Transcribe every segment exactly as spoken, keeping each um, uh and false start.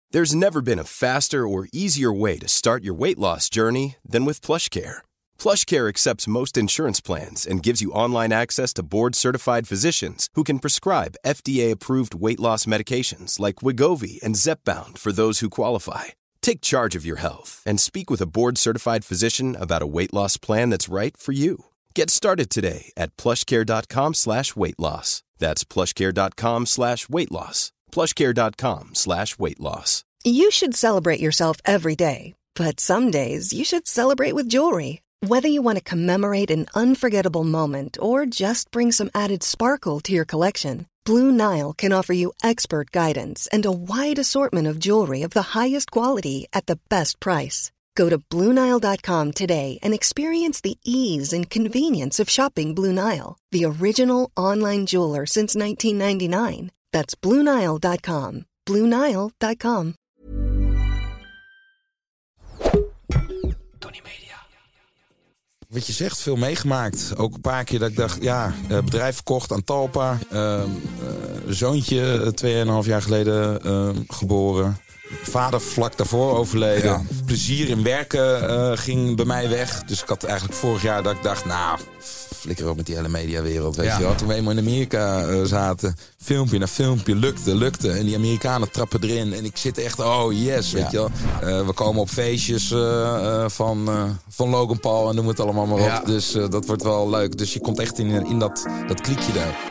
There's never been a faster or easier way to start your weight loss journey than with PlushCare. PlushCare accepts most insurance plans and gives you online access to board-certified physicians who can prescribe F D A-approved weight loss medications like Wegovy and Zepbound for those who qualify. Take charge of your health and speak with a board-certified physician about a weight loss plan that's right for you. Get started today at plushcare.com slash weight loss. That's plushcare.com slash weight loss. plushcare.com slash weight loss. You should celebrate yourself every day, but some days you should celebrate with jewelry. Whether you want to commemorate an unforgettable moment or just bring some added sparkle to your collection, Blue Nile can offer you expert guidance and a wide assortment of jewelry of the highest quality at the best price. Go to blue nile dot com today and experience the ease and convenience of shopping Blue Nile, the original online jeweler since nineteen ninety-nine. That's blue nile dot com. blue nile dot com. Tony Media. Wat je zegt, veel meegemaakt. Ook een paar keer dat ik dacht, ja, bedrijf verkocht aan Talpa. Uh, uh, zoontje, tweeënhalf jaar geleden uh, geboren. Vader vlak daarvoor overleden. Ja. Plezier in werken uh, ging bij mij weg. Dus ik had eigenlijk vorig jaar dat ik dacht, nou, flikker op met die hele mediawereld. Weet ja. je wel. Toen we eenmaal in Amerika uh, zaten, filmpje na filmpje, lukte, lukte. En die Amerikanen trappen erin. En ik zit echt, oh yes, weet ja. je wel. Uh, we komen op feestjes uh, uh, van, uh, van Logan Paul en noem het allemaal maar op. Ja. Dus uh, dat wordt wel leuk. Dus je komt echt in, in dat, dat kliekje daar.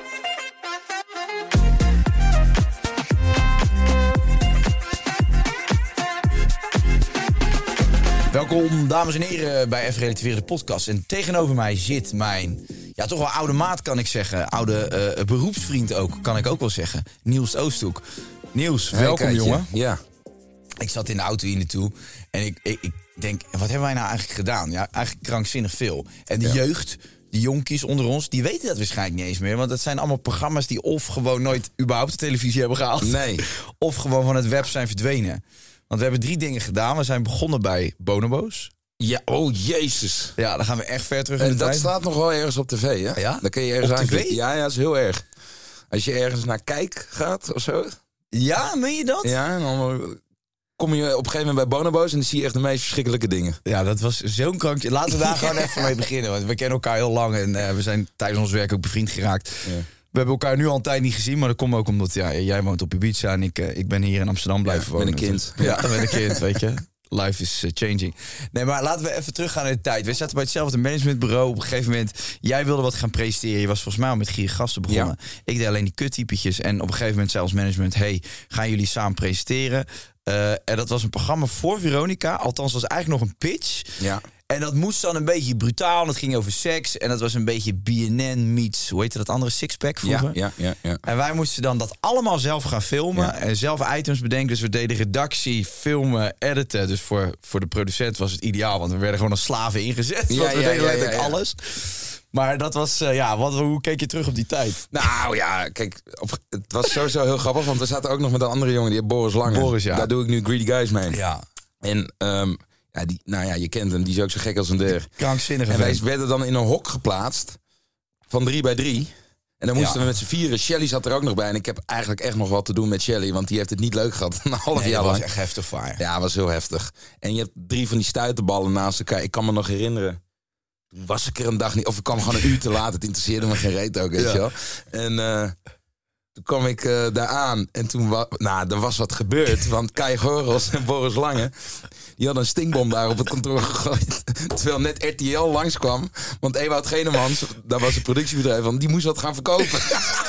Welkom, dames en heren, bij Even Relativeren de podcast. En tegenover mij zit mijn, ja, toch wel oude maat, kan ik zeggen. Oude uh, beroepsvriend ook, kan ik ook wel zeggen. Niels Oosthoek. Niels, hey, welkom, kijkje. Jongen. Ja. Ik zat in de auto hier naartoe en ik, ik, ik denk, wat hebben wij nou eigenlijk gedaan? Ja, eigenlijk krankzinnig veel. En de ja. jeugd, die jonkies onder ons, die weten dat waarschijnlijk niet eens meer. Want dat zijn allemaal programma's die of gewoon nooit überhaupt de televisie hebben gehaald. Nee. Of gewoon van het web zijn verdwenen. Want we hebben drie dingen gedaan. We zijn begonnen bij Bonobo's. Ja, oh jezus. Ja, dan gaan we echt ver terug in de En dat tijd. staat nog wel ergens op tv, hè? Ja? Dan kun je ergens op tv? Aan... Ja, ja, dat is heel erg. Als je ergens naar Kijk gaat of zo. Ja, meen je dat? Ja, en dan kom je op een gegeven moment bij Bonobo's en dan zie je echt de meest verschrikkelijke dingen. Ja, dat was zo'n krankje. Laten we daar gewoon even mee beginnen. Want we kennen elkaar heel lang en uh, we zijn tijdens ons werk ook bevriend geraakt. Ja. We hebben elkaar nu al een tijd niet gezien, maar dat komt ook omdat ja, jij woont op Ibiza en ik, uh, ik ben hier in Amsterdam blijven ja, wonen. Met een kind. Ja, met een kind, weet je. Life is uh, changing. Nee, maar laten we even teruggaan in de tijd. We zaten bij hetzelfde managementbureau. Op een gegeven moment, jij wilde wat gaan presenteren. Je was volgens mij al met Gier Gasten begonnen. Ja. Ik deed alleen die kuttypetjes. En op een gegeven moment zei ons management, hey, gaan jullie samen presenteren? Uh, en dat was een programma voor Veronica. Althans, was eigenlijk nog een pitch. Ja. En dat moest dan een beetje brutaal. En dat ging over seks. En dat was een beetje B N N meets, hoe heette dat andere, Sixpack vroeger? Ja, ja, ja, ja. En wij moesten dan dat allemaal zelf gaan filmen. Ja. En zelf items bedenken. Dus we deden redactie, filmen, editen. Dus voor, voor de producent was het ideaal. Want we werden gewoon als slaven ingezet. Ja, want we ja, deden ja, letterlijk ja, ja. alles. Maar dat was, uh, ja, wat, hoe keek je terug op die tijd? Nou ja, kijk, op, het was sowieso heel grappig. Want we zaten ook nog met een andere jongen, die heeft Boris Lange. Boris, ja. Daar doe ik nu Greedy Guys mee. Ja. En um, ja, die, nou ja, je kent hem, die is ook zo gek als een deur. Krankzinnige. En wij werden dan in een hok geplaatst van drie bij drie. En dan moesten ja. we met z'n vieren. Shelly zat er ook nog bij. En ik heb eigenlijk echt nog wat te doen met Shelly. Want die heeft het niet leuk gehad. Een half nee, jaar dat lang. was echt heftig voor haar. Ja, dat was heel heftig. En je hebt drie van die stuiterballen naast elkaar. Ik kan me nog herinneren. Toen was ik er een dag niet. Of ik kwam gewoon een uur te laat. Het interesseerde me geen reet ook, weet ja. je wel. En uh, toen kwam ik uh, daar aan. En toen was... Nou, er was wat gebeurd. Want Kai Gorels en Boris Lange... Die hadden een stinkbom daar op het kantoor gegooid. Terwijl net R T L langskwam. Want Ewout Genemans, daar was een productiebedrijf van, die moest wat gaan verkopen.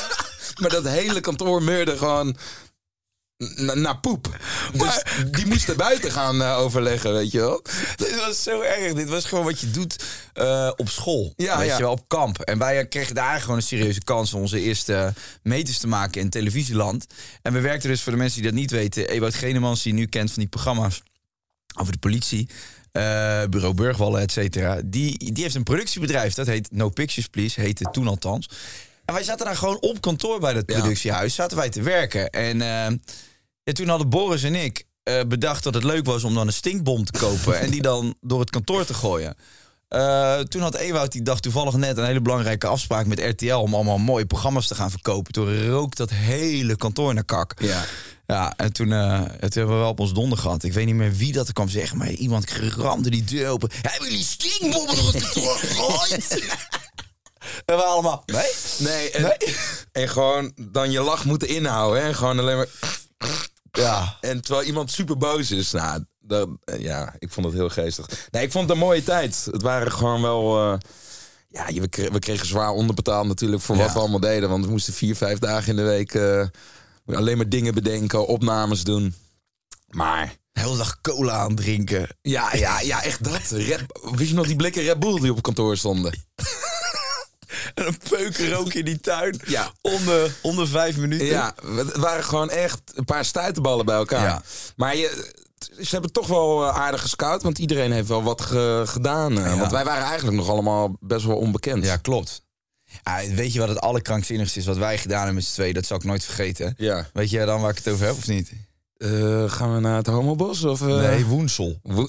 Maar dat hele kantoor meurde gewoon naar na poep. Dus maar, die moesten buiten gaan uh, overleggen, weet je wel. Dit was zo erg. Dit was gewoon wat je doet uh, op school. Ja, weet ja. je wel, op kamp. En wij kregen daar gewoon een serieuze kans om onze eerste meters te maken in televisieland. En we werkten dus, voor de mensen die dat niet weten, Ewout Genemans, die je nu kent van die programma's over de politie, uh, Bureau Burgwallen, et cetera. Die, die heeft een productiebedrijf, dat heet No Pictures Please, heette toen althans. En wij zaten daar gewoon op kantoor bij dat productiehuis, zaten wij te werken. En uh, ja, toen hadden Boris en ik uh, bedacht dat het leuk was om dan een stinkbom te kopen en die dan door het kantoor te gooien. Uh, toen had Ewout die dag toevallig net een hele belangrijke afspraak met R T L om allemaal mooie programma's te gaan verkopen. Toen rook dat hele kantoor naar kak. Ja. Ja, en toen, uh, toen hebben we wel op ons donder gehad. Ik weet niet meer wie dat er kwam zeggen, maar iemand ramde die deur open. Ja, hebben jullie stinkbommen door het kantoor gegooid? En we allemaal, nee? Nee, en, nee? en gewoon dan je lach moeten inhouden. Hè? En gewoon alleen maar... Ja. En terwijl iemand super boos is. Nou, dat, ja, ik vond het heel geestig. Nee, ik vond het een mooie tijd. Het waren gewoon wel... Uh, ja, we kregen, we kregen zwaar onderbetaald natuurlijk voor wat ja. we allemaal deden. Want we moesten vier, vijf dagen in de week... Uh, alleen maar dingen bedenken, opnames doen. Maar... De hele dag cola aan drinken. Ja, ja, ja, echt dat. Red, wist je nog die blikken Red Bull die op kantoor stonden? En een peuken rook in die tuin. Ja. Onder, onder vijf minuten. Ja, het waren gewoon echt een paar stuitenballen bij elkaar. Ja. Maar je, ze hebben toch wel aardig gescout, want iedereen heeft wel wat ge, gedaan. Ja. Want wij waren eigenlijk nog allemaal best wel onbekend. Ja, klopt. Ja, weet je wat het allerkrankzinnigste is wat wij gedaan hebben met z'n tweeën? Dat zal ik nooit vergeten. Ja. Weet je dan waar ik het over heb of niet? Uh, gaan we naar het Homobos? Of, uh... Nee, Woensel. Wo-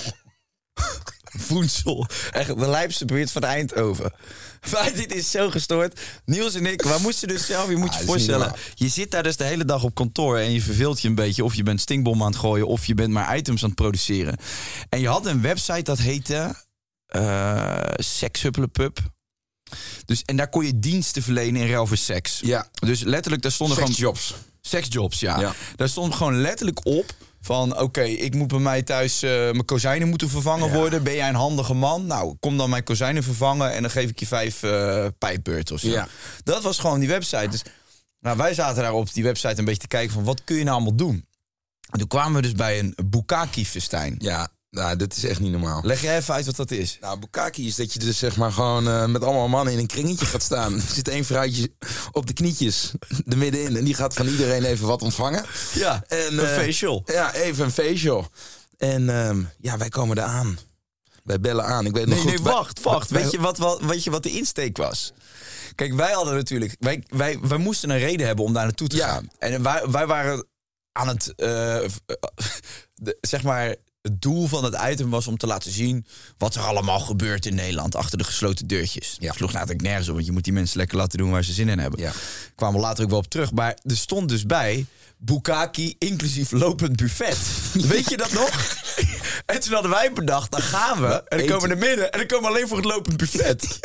Woensel. Echt de lijpste buurt van Eindhoven. Maar dit is zo gestoord. Niels en ik, wij moesten dus zelf, je moet je ah, voorstellen. Je zit daar dus de hele dag op kantoor en je verveelt je een beetje. Of je bent stinkbom aan het gooien, of je bent maar items aan het produceren. En je had een website dat heette uh, Sexhupplepup. Dus, en daar kon je diensten verlenen in ruil voor seks. Ja. Dus letterlijk, daar stonden gewoon... Sexjobs. Sexjobs, ja. ja. Daar stond gewoon letterlijk op van... oké, okay, ik moet bij mij thuis... Uh, mijn kozijnen moeten vervangen ja. worden. Ben jij een handige man? Nou, kom dan mijn kozijnen vervangen... en dan geef ik je vijf uh, pijpbeurten of zo. Ja. Dat was gewoon die website. Dus nou, wij zaten daar op die website een beetje te kijken van... wat kun je nou allemaal doen? En toen kwamen we dus bij een bukkake-festijn. Ja. Nou, dit is echt niet normaal. Leg je even uit wat dat is. Nou, bukkake is dat je dus zeg maar gewoon uh, met allemaal mannen in een kringetje gaat staan. Er zit één vrouwtje op de knietjes er middenin en die gaat van iedereen even wat ontvangen. Ja, en, uh, een facial. Ja, even een facial. En uh, ja, wij komen eraan. aan. Wij bellen aan. Ik weet nog nee, goed. Nee, wacht, wacht. Weet je wat, wat, weet je wat de insteek was? Kijk, wij hadden natuurlijk... Wij, wij, wij moesten een reden hebben om daar naartoe te ja. gaan. En wij, wij waren aan het... Uh, de, zeg maar... Het doel van het item was om te laten zien wat er allemaal gebeurt in Nederland achter de gesloten deurtjes. Ja. Dat sloeg natuurlijk nergens op, want je moet die mensen lekker laten doen waar ze zin in hebben. Ja. Kwamen we later ook wel op terug. Maar er stond dus bij bukkake inclusief lopend buffet. Weet je dat nog? En toen hadden wij bedacht, dan gaan we en dan komen we naar midden en dan komen we alleen voor het lopend buffet.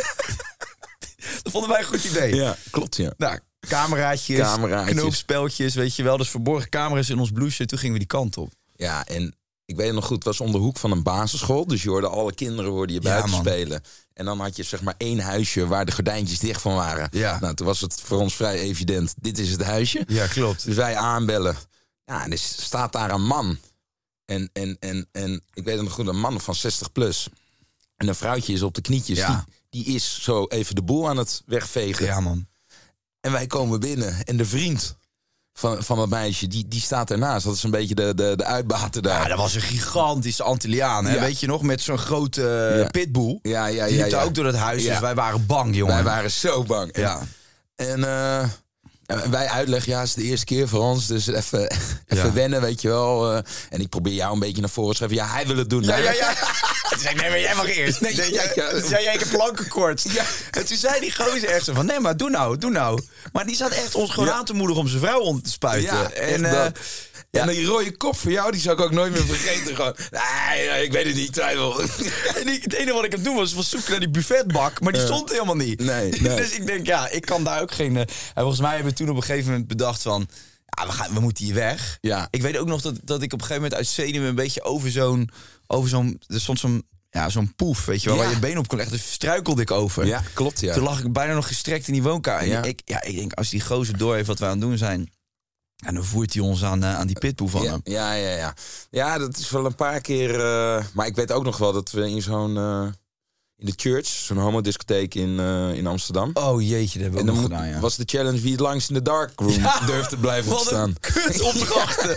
Dat vonden wij een goed idee. Ja, klopt, ja. Nou, cameraatjes, cameraatjes, knoopspeltjes, weet je wel. Dus verborgen camera's in ons blouseje. Toen gingen we die kant op. Ja, en ik weet nog goed, het was om de hoek van een basisschool. Dus je hoorde alle kinderen hoorde je buiten ja, spelen. En dan had je zeg maar één huisje waar de gordijntjes dicht van waren. Ja. Nou, toen was het voor ons vrij evident. Dit is het huisje. Ja, klopt. Dus wij aanbellen. Ja, en er staat daar een man. En, en, en, en ik weet nog goed, een man van zestig plus. En een vrouwtje is op de knietjes. Ja. Die, die is zo even de boel aan het wegvegen. Ja, man. En wij komen binnen. En de vriend van, van dat meisje, die, die staat ernaast. Dat is een beetje de, de, de uitbater daar. Ja, dat was een gigantische Antilliaan, hè? Ja. Weet je nog, met zo'n grote uh, ja. pitbull. Ja, ja, die ja. liep ja. ook door het huis, ja. dus wij waren bang, jongen. Wij waren zo bang. Ja. En uh, wij uitleggen, ja, het is de eerste keer voor ons. Dus even, even ja. wennen, weet je wel. Uh, en ik probeer jou een beetje naar voren te schrijven. Ja, hij wil het doen. Ja, ja, ja. Toen zei ik, nee, maar jij mag eerst. Nee, nee, ja, ja. Toen zei jij, ik heb plankenkort. Ja. En toen zei die gozer echt zo van, nee, maar doe nou, doe nou. Maar die zat echt ons gewoon ja. aan te moedigen om zijn vrouw onder te spuiten. Ja, en uh, dat. Ja. En die rode kop voor jou, die zou ik ook nooit meer vergeten. Gewoon, nee, nee, ik weet het niet, twijfel. En die, het enige wat ik aan het doen was, was zoeken naar die buffetbak. Maar die stond uh, helemaal niet. Nee, nee. Dus ik denk, ja, ik kan daar ook geen... Uh, en volgens mij hebben we toen op een gegeven moment bedacht van... Ja, we, gaan, we moeten hier weg. Ja. Ik weet ook nog dat, dat ik op een gegeven moment uit zenuwen een beetje over zo'n... Over zo'n er stond zo'n... Ja, zo'n poef, weet je wel, ja. waar je been op kon leggen. Dus struikelde ik over. Ja, klopt, ja. Toen lag ik bijna nog gestrekt in die woonkamer. Ja. En ik, ja, ik denk, als die gozer door heeft wat we aan het doen zijn... En dan voert hij ons aan, uh, aan die pitboel van ja, hem. Ja, ja, ja. Ja, dat is wel een paar keer... Uh, maar ik weet ook nog wel dat we in zo'n... Uh, in de Church, zo'n homodiscotheek in, uh, in Amsterdam. Oh jeetje, dat hebben we ook nog gedaan, ja. Was de challenge wie het langst in de darkroom ja, durfde blijven staan. Kut opdrachten.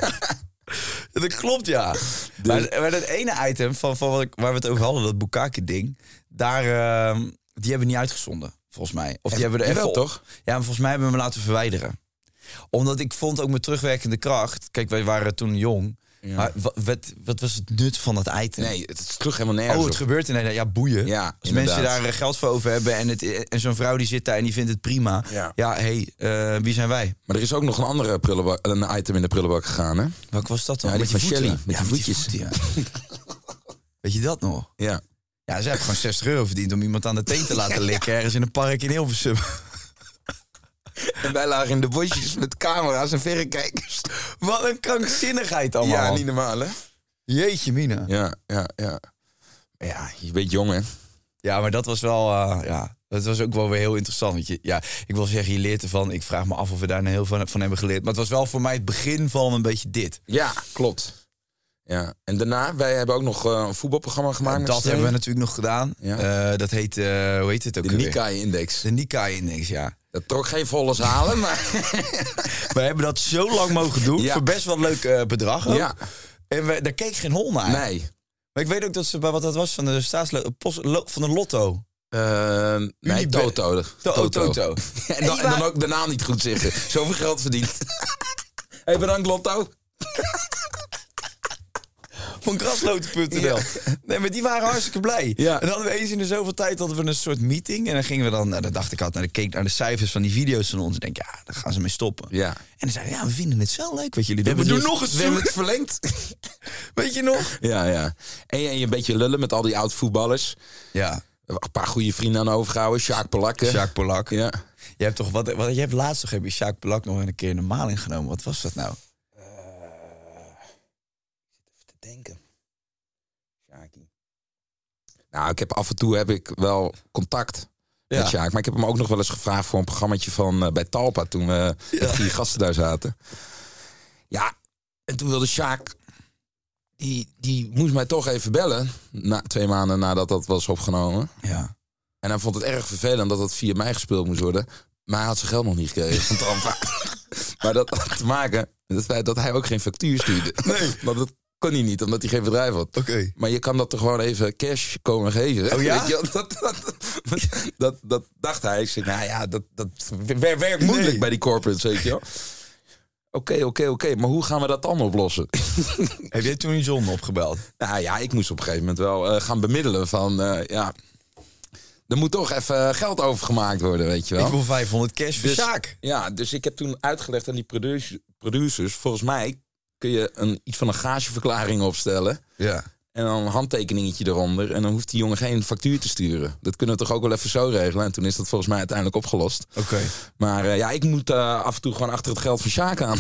Dat klopt, ja. Dus. Maar, maar dat ene item van, van wat ik, waar we het over hadden, dat bukkake-ding... Daar, uh, die hebben we niet uitgezonden, volgens mij. Of die hebben we er even op. Toch? Ja, maar volgens mij hebben we hem laten verwijderen. Omdat ik vond ook met terugwerkende kracht... Kijk, wij waren toen jong. Ja. Maar wat, wat, wat was het nut van dat item? Nee, het is terug helemaal nergens Oh, het op. gebeurt in Nederland. Ja, boeien. Ja, Als inderdaad. mensen daar geld voor over hebben en, het, en zo'n vrouw die zit daar en die vindt het prima. Ja. Ja, hé, hey, uh, wie zijn wij? Maar er is ook nog een andere prullenbak, een item in de prullenbak gegaan, hè? Welk was dat dan? Ja, die van voeten? Shelly, met ja, die voetjes. voeten, ja. Weet je dat nog? Ja. Ja, ze hebben gewoon zestig euro verdiend om iemand aan de teen te laten likken ergens in een park in Hilversum. En wij lagen in de bosjes met camera's en verrekijkers. Wat een krankzinnigheid allemaal. Ja, niet normaal, hè? Jeetje mina. Ja, ja, ja. Ja, je bent jong, hè? Ja, maar dat was wel, uh, ja, dat was ook wel weer heel interessant. Want je, ja, ik wil zeggen, je leert ervan. Ik vraag me af of we daar heel veel van hebben geleerd. Maar het was wel voor mij het begin van een beetje dit. Ja, klopt. Ja, en daarna, wij hebben ook nog uh, een voetbalprogramma gemaakt. En met dat Stijn. hebben we natuurlijk nog gedaan. Ja. Uh, dat heet, uh, hoe heet het ook De alweer? Nikkei-index. De Nikkei-index, ja. Dat trok geen volle zalen, maar... We hebben dat zo lang mogen doen. Ja. Voor best wel een leuk uh, bedrag ook. Ja. En we, daar keek geen hol naar. Nee. Maar ik weet ook dat ze bij wat dat was van de staatslo- post, lo- van de lotto. Uh, nee, Unibe- Toto. To- Toto. En dan, en dan ook de naam niet goed zeggen. Zoveel geld verdiend. Hé, hey, bedankt Lotto. Van grasloten punt n l. Ja. Nee, maar die waren hartstikke blij. Ja. En dan hadden we eens in de zoveel tijd hadden we een soort meeting. En dan gingen we dan, nou, dan dacht ik altijd, nou, dan keek ik naar de cijfers van die video's van ons. En denk, ja, daar gaan ze mee stoppen. Ja. En dan zeiden we, ja, we vinden het zo leuk wat jullie doen. We We, hebben doen het- nog eens we hebben het verlengd. Weet je nog? Ja, ja. En je, en je een beetje lullen met al die oud-voetballers. Ja. Een paar goede vrienden aan overgehouden. Sjaak Polakke. Sjaak Polak. Ja. Je hebt toch wat, wat je hebt laatst toch heb je Sjaak Polak nog een keer normaal ingenomen. Wat was dat nou? Te denken. Sjaakie. Nou, ik heb af en toe heb ik wel contact Ja. met Sjaak. Maar ik heb hem ook nog wel eens gevraagd voor een programmaatje van uh, bij Talpa. Toen we Ja. met vier gasten daar zaten. Ja, en toen wilde Sjaak... Die, die moest mij toch even bellen. Na, twee maanden nadat dat was opgenomen. Ja. En hij vond het erg vervelend dat dat via mij gespeeld moest worden. Maar hij had zijn geld nog niet gekregen van Talpa. Maar dat had te maken met het feit dat hij ook geen factuur stuurde. Nee. Want dat kon hij niet, omdat hij geen bedrijf had. Oké. Okay. Maar je kan dat toch gewoon even cash komen geven. Oh ja? Weet je, dat, dat, dat, dat, dat dacht hij. Ik zei, nou ja, dat, dat werkt werk moeilijk Nee. bij die corporates, weet je wel. Oké, oké, oké. Maar hoe gaan we dat dan oplossen? Heb jij toen John opgebeld? Nou ja, ik moest op een gegeven moment wel uh, gaan bemiddelen van... Uh, ja, er moet toch even geld overgemaakt worden, weet je wel. Ik wil vijfhonderd cash voor Dus, Sjaak. ja, dus ik heb toen uitgelegd aan die produce- producers... volgens mij kun je een, iets van een gageverklaring opstellen... Ja. en dan een handtekeningetje eronder... en dan hoeft die jongen geen factuur te sturen. Dat kunnen we toch ook wel even zo regelen? En toen is dat volgens mij uiteindelijk opgelost. Oké. Okay. Maar uh, ja, ik moet uh, af en toe gewoon achter het geld van Sjaak aan.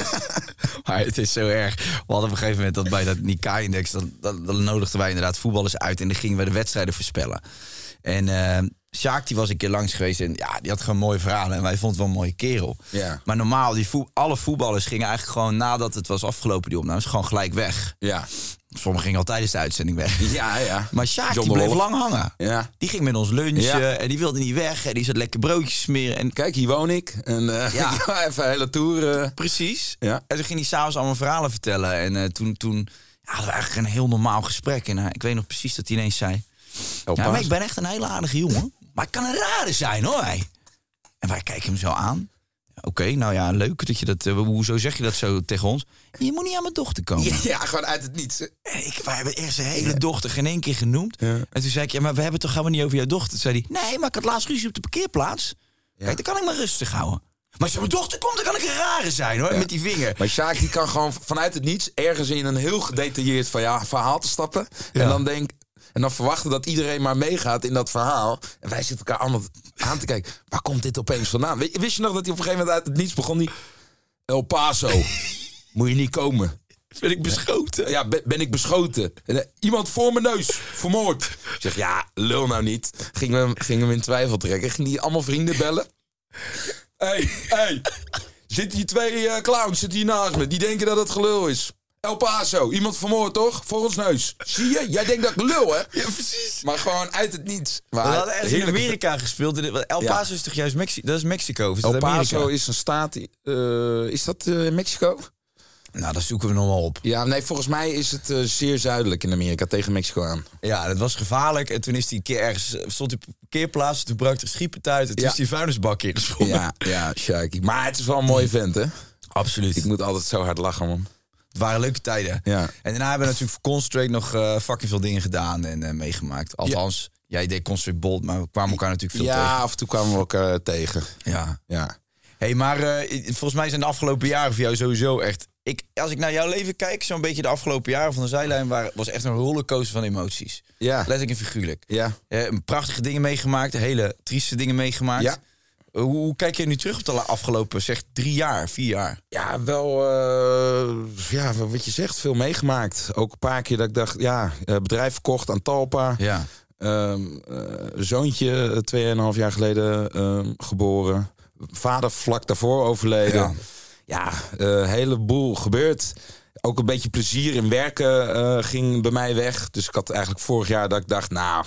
Maar het is zo erg. We hadden op een gegeven moment dat bij dat Nikkei-index... Dan, dan, dan nodigden wij inderdaad voetballers uit... en dan gingen we de wedstrijden voorspellen. En uh, Sjaak die was een keer langs geweest... en ja, die had gewoon mooie verhalen... en wij vonden het wel een mooie kerel. Ja. Maar normaal, die vo- alle voetballers gingen eigenlijk gewoon... nadat het was afgelopen, die opnames, gewoon gelijk weg. Ja. Sommigen gingen al tijdens de uitzending weg. Ja, ja. Maar Sjaak John die de bleef Wolf. lang hangen. Ja. Die ging met ons lunchen Ja. en die wilde niet weg. En die zat lekker broodjes smeren. En Kijk, hier woon ik. En uh, Ja. ja. even een hele tour. Uh. precies. Ja. En toen ging hij s'avonds allemaal verhalen vertellen. En uh, toen, toen ja, hadden we eigenlijk een heel normaal gesprek. En uh, ik weet nog precies dat hij ineens zei... Oh, Ja, maar ik ben echt een hele aardige jongen. Maar ik kan een rare zijn, hoor. Hij. En wij kijken hem zo aan. Oké, okay, nou ja, leuk dat je dat... Uh, hoezo zeg je dat zo tegen ons? Je moet niet aan mijn dochter komen. Ja, ja, gewoon uit het niets. En ik, wij hebben eerst zijn hele ja. dochter geen één keer genoemd. Ja. En toen zei ik, ja, maar we hebben het toch helemaal niet over jouw dochter? Toen zei hij, nee, maar ik had laatst ruzie op de parkeerplaats. Ja. Kijk, dan kan ik me rustig houden. Maar als mijn dochter komt, dan kan ik een rare zijn, hoor, ja. met die vinger. Maar Sjaak die kan gewoon vanuit het niets ergens in een heel gedetailleerd van, ja, verhaal te stappen. Ja. En dan denk En dan verwachten dat iedereen maar meegaat in dat verhaal. En wij zitten elkaar allemaal aan te kijken. Waar komt dit opeens vandaan? Wist je nog dat hij op een gegeven moment uit het niets begon? Die El Paso. Moet je niet komen. Ben ik beschoten? Ja, ben, ben ik beschoten. En, uh, iemand voor mijn neus. Vermoord. Ik zeg, ja, lul nou niet. Ging hem, ging hem in twijfel trekken. Ging die allemaal vrienden bellen. Hé, hey, hé. Hey. Zitten hier twee uh, clowns zitten hier naast me. Die denken dat het gelul is. El Paso, iemand vermoord toch? Voor ons neus. Zie je? Jij denkt dat ik lul, hè? Ja, precies. Maar gewoon uit het niets. Maar we hadden ergens in Amerika gespeeld. El Paso ja. is toch juist Mexico? Dat is Mexico. Is El dat Paso Amerika? is een staat... Uh, is dat uh, Mexico? Nou, dat zoeken we nog wel op. Ja, nee, volgens mij is het uh, zeer zuidelijk in Amerika, tegen Mexico aan. Ja, dat was gevaarlijk. En toen is hij een keer ergens, stond hij op een parkeerplaats, toen brak er schiepert uit. En toen ja. is die vuilnisbak ingesprongen. Ja, ja, Shaki. Maar het is wel een mooie vent, hè? Absoluut. Ik moet altijd zo hard lachen, man. Het waren leuke tijden. Ja. En daarna hebben we natuurlijk voor Concentrate nog uh, fucking veel dingen gedaan en uh, meegemaakt. Althans, ja. jij deed Concentrate Bold, maar we kwamen elkaar natuurlijk veel ja, tegen. Ja, af en toe kwamen we elkaar tegen. Ja. Ja. Hey, maar uh, volgens mij zijn de afgelopen jaren voor jou sowieso echt... Ik, als ik naar jouw leven kijk, zo'n beetje de afgelopen jaren van de zijlijn... Waren, was echt een rollercoaster van emoties. Ja. Letterlijk en figuurlijk. Ja. Uh, prachtige dingen meegemaakt, hele trieste dingen meegemaakt. Ja. Uh, hoe, hoe kijk je nu terug op de afgelopen, zeg, drie jaar, vier jaar? Ja, wel, uh, ja, wat je zegt, veel meegemaakt. Ook een paar keer dat ik dacht, ja, bedrijf verkocht aan Talpa. Ja. Um, uh, zoontje, twee en een half jaar geleden um, geboren. Vader vlak daarvoor overleden. Ja, ja een uh, heleboel gebeurd. Ook een beetje plezier in werken uh, ging bij mij weg. Dus ik had eigenlijk vorig jaar dat ik dacht, nou,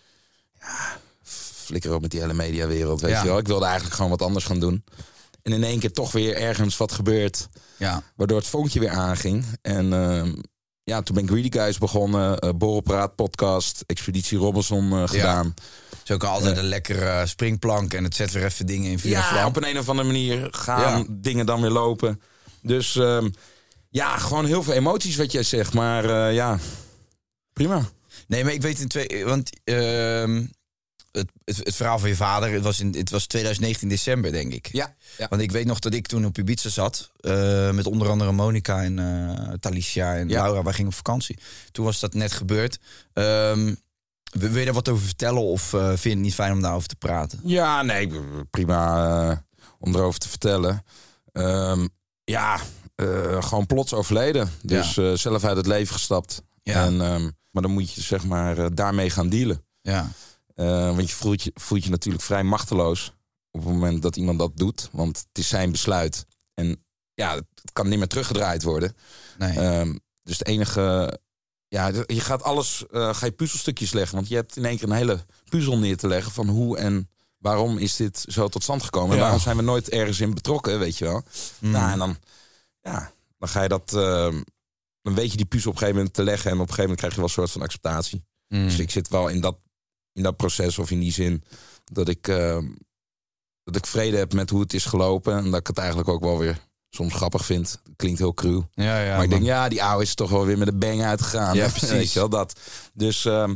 ja, flikker op met die hele mediawereld, weet ja. je wel. Ik wilde eigenlijk gewoon wat anders gaan doen. En in één keer toch weer ergens wat gebeurt. Ja. Waardoor het vonkje weer aanging. En uh, ja, toen ben ik Greedy Guys begonnen. Uh, Borrelpraat podcast, Expeditie Robinson uh, gedaan. Ja. Is ook altijd uh, een lekkere springplank en het zet weer even dingen in via ja, vlam. Op een, een of andere manier gaan ja. dingen dan weer lopen. Dus um, ja, gewoon heel veel emoties wat jij zegt. Maar uh, ja, prima. Nee, maar ik weet in twee... Want uh, het, het, het verhaal van je vader, het was, in, het was twintig negentien december, denk ik. Ja, ja. Want ik weet nog dat ik toen op Ibiza zat. Uh, met onder andere Monica en uh, Talicia en ja. Laura. Wij gingen op vakantie. Toen was dat net gebeurd. Um, Wil je daar wat over vertellen of uh, vind je het niet fijn om daarover te praten? Ja, nee, prima uh, om erover te vertellen. Um, ja, uh, gewoon plots overleden. Dus ja. uh, zelf uit het leven gestapt. Ja. En, um, maar dan moet je zeg maar uh, daarmee gaan dealen. Ja. Uh, want je voelt, je voelt je natuurlijk vrij machteloos op het moment dat iemand dat doet. Want het is zijn besluit. En ja, het kan niet meer teruggedraaid worden. Nee. Um, dus het enige... Ja, je gaat alles, uh, ga je puzzelstukjes leggen. Want je hebt in één keer een hele puzzel neer te leggen van hoe en waarom is dit zo tot stand gekomen. Ja. En waarom zijn we nooit ergens in betrokken, weet je wel. Mm. Nou, en dan, ja, dan ga je dat, uh, dan weet je die puzzel op een gegeven moment te leggen. En op een gegeven moment krijg je wel een soort van acceptatie. Mm. Dus ik zit wel in dat, in dat proces of in die zin dat ik, uh, dat ik vrede heb met hoe het is gelopen. En dat ik het eigenlijk ook wel weer... soms grappig vind. Klinkt heel cruw. Ja, ja, maar ik man. denk, ja, die oude is toch wel weer met een bang uitgegaan. Ja, precies. Weet je wel, dat. Dus, um,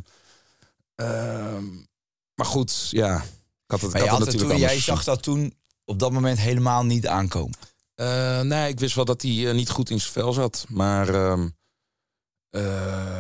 um, maar goed, ja. Ik had het, maar ik had had het het natuurlijk toen, jij zag dat toen op dat moment helemaal niet aankomen? Uh, nee, ik wist wel dat hij uh, niet goed in zijn vel zat. Maar um, uh,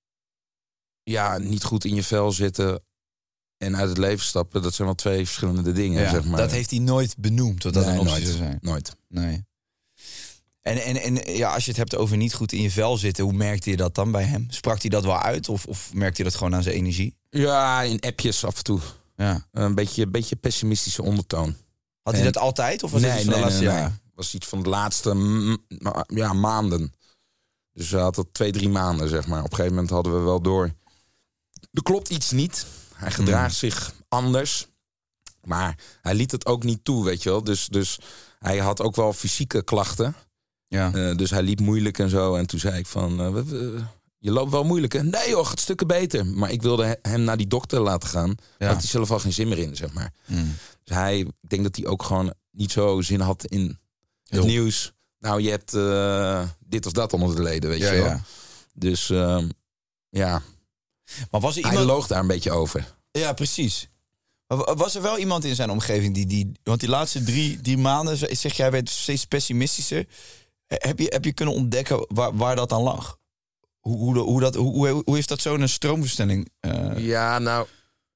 ja, niet goed in je vel zitten en uit het leven stappen, dat zijn wel twee verschillende dingen. Ja, zeg maar. Dat heeft hij nooit benoemd, dat dat nee, een optie nooit, zou zijn. Nooit. Nee. En, en, en ja, als je het hebt over niet goed in je vel zitten, hoe merkte je dat dan bij hem? Sprak hij dat wel uit of, of merkte je dat gewoon aan zijn energie? Ja, in appjes af en toe. Ja. Een beetje, beetje pessimistische ondertoon. Had hij en... dat altijd? Of was nee, het iets nee, van de laatste nee, nee. jaar? Was iets van de laatste ma- ja, maanden. Dus hij had dat twee, drie maanden, zeg maar. Op een gegeven moment hadden we wel door. Er klopt iets niet. Hij gedraagt mm. zich anders. Maar hij liet het ook niet toe, weet je wel. Dus, dus hij had ook wel fysieke klachten. Ja. Uh, dus hij liep moeilijk en zo. En toen zei ik van, uh, we, we, je loopt wel moeilijk, hè? Nee joh, gaat stukken beter. Maar ik wilde hem naar die dokter laten gaan. Ja. Had hij zelf al geen zin meer in, zeg maar. Mm. Dus hij, ik denk dat hij ook gewoon niet zo zin had in het Heel. nieuws. Nou, je hebt uh, dit of dat onder de leden, weet ja, je wel. Ja. Dus uh, ja. Maar was er iemand... Hij loog daar een beetje over. Ja, precies. Maar was er wel iemand in zijn omgeving die... die want die laatste drie, drie maanden, zeg jij, werd steeds pessimistischer. Heb je, heb je kunnen ontdekken waar, waar dat aan lag? Hoe, hoe, hoe, dat, hoe, hoe heeft dat zo'n stroomversnelling? Uh... Ja, nou...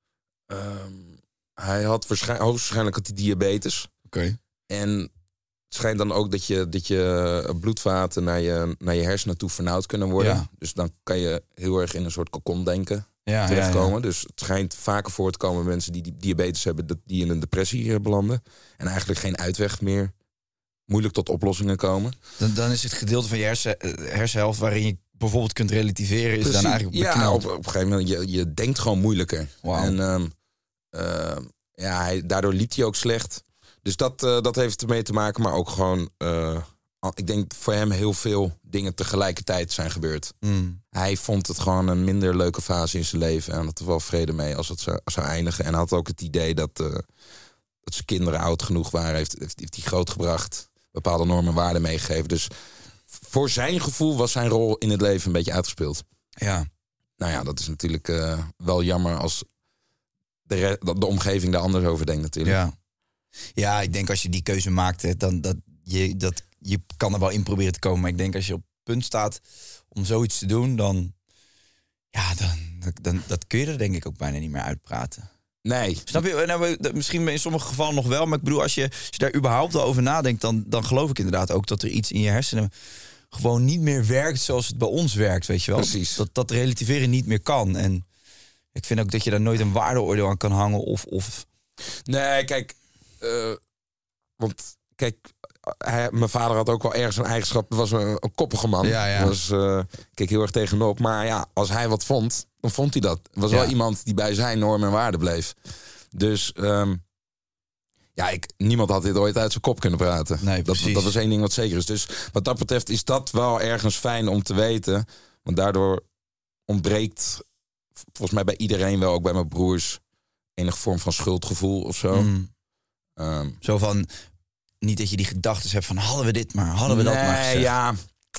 Um, hij had waarschijnlijk, hoogstwaarschijnlijk had hij diabetes. Oké. Okay. En het schijnt dan ook dat je, dat je bloedvaten naar je, naar je hersenen toe vernauwd kunnen worden. Ja. Dus dan kan je heel erg in een soort kokon denken. Ja, terechtkomen. Ja, ja. Dus het schijnt vaker voor te komen mensen die, die diabetes hebben, dat die in een depressie belanden. En eigenlijk geen uitweg meer. Moeilijk tot oplossingen komen. Dan, dan is het gedeelte van je hersen, hersenhelft waarin je bijvoorbeeld kunt relativeren, is Precies. dan eigenlijk bekneld. Ja, op, op een gegeven moment, je, je denkt gewoon moeilijker. Wow. En um, uh, ja, hij, daardoor liep hij ook slecht. Dus dat, uh, dat heeft ermee te maken, maar ook gewoon... Uh, ik denk voor hem heel veel dingen tegelijkertijd zijn gebeurd. Mm. Hij vond het gewoon een minder leuke fase in zijn leven. En had er wel vrede mee als het zou, zou eindigen. En had ook het idee dat, uh, dat zijn kinderen oud genoeg waren. Heeft, heeft, heeft hij grootgebracht. Bepaalde normen en waarden meegegeven. Dus voor zijn gevoel was zijn rol in het leven een beetje uitgespeeld. Ja. Nou ja, dat is natuurlijk uh, wel jammer als de, re- de omgeving daar anders over denkt natuurlijk. Ja. Ja, ik denk als je die keuze maakt, hè, dan dat je dat je kan er wel in proberen te komen. Maar ik denk als je op het punt staat om zoiets te doen, dan ja, dan, dan dat kun je er denk ik ook bijna niet meer uitpraten. Nee. Snap je? Nou, misschien in sommige gevallen nog wel, maar ik bedoel, als je, als je daar überhaupt al over nadenkt, dan, dan geloof ik inderdaad ook dat er iets in je hersenen gewoon niet meer werkt zoals het bij ons werkt, weet je wel? Precies. Dat, dat relativeren niet meer kan. En ik vind ook dat je daar nooit een waardeoordeel aan kan hangen of... of... Nee, kijk, uh, want kijk, hij, mijn vader had ook wel ergens een eigenschap. Dat was een, een koppige man. Ja, ja. Was, uh, keek heel erg tegenop. Maar ja, als hij wat vond, dan vond hij dat. Het was ja. wel iemand die bij zijn normen en waarden bleef. Dus um, ja, ik, niemand had dit ooit uit zijn kop kunnen praten. Nee, dat, dat was één ding wat zeker is. Dus wat dat betreft is dat wel ergens fijn om te weten. Want daardoor ontbreekt volgens mij bij iedereen wel, ook bij mijn broers, enige vorm van schuldgevoel of zo. Mm. Um, zo van, niet dat je die gedachten hebt van, hadden we dit maar, hadden we nee, dat maar gezegd. Ja,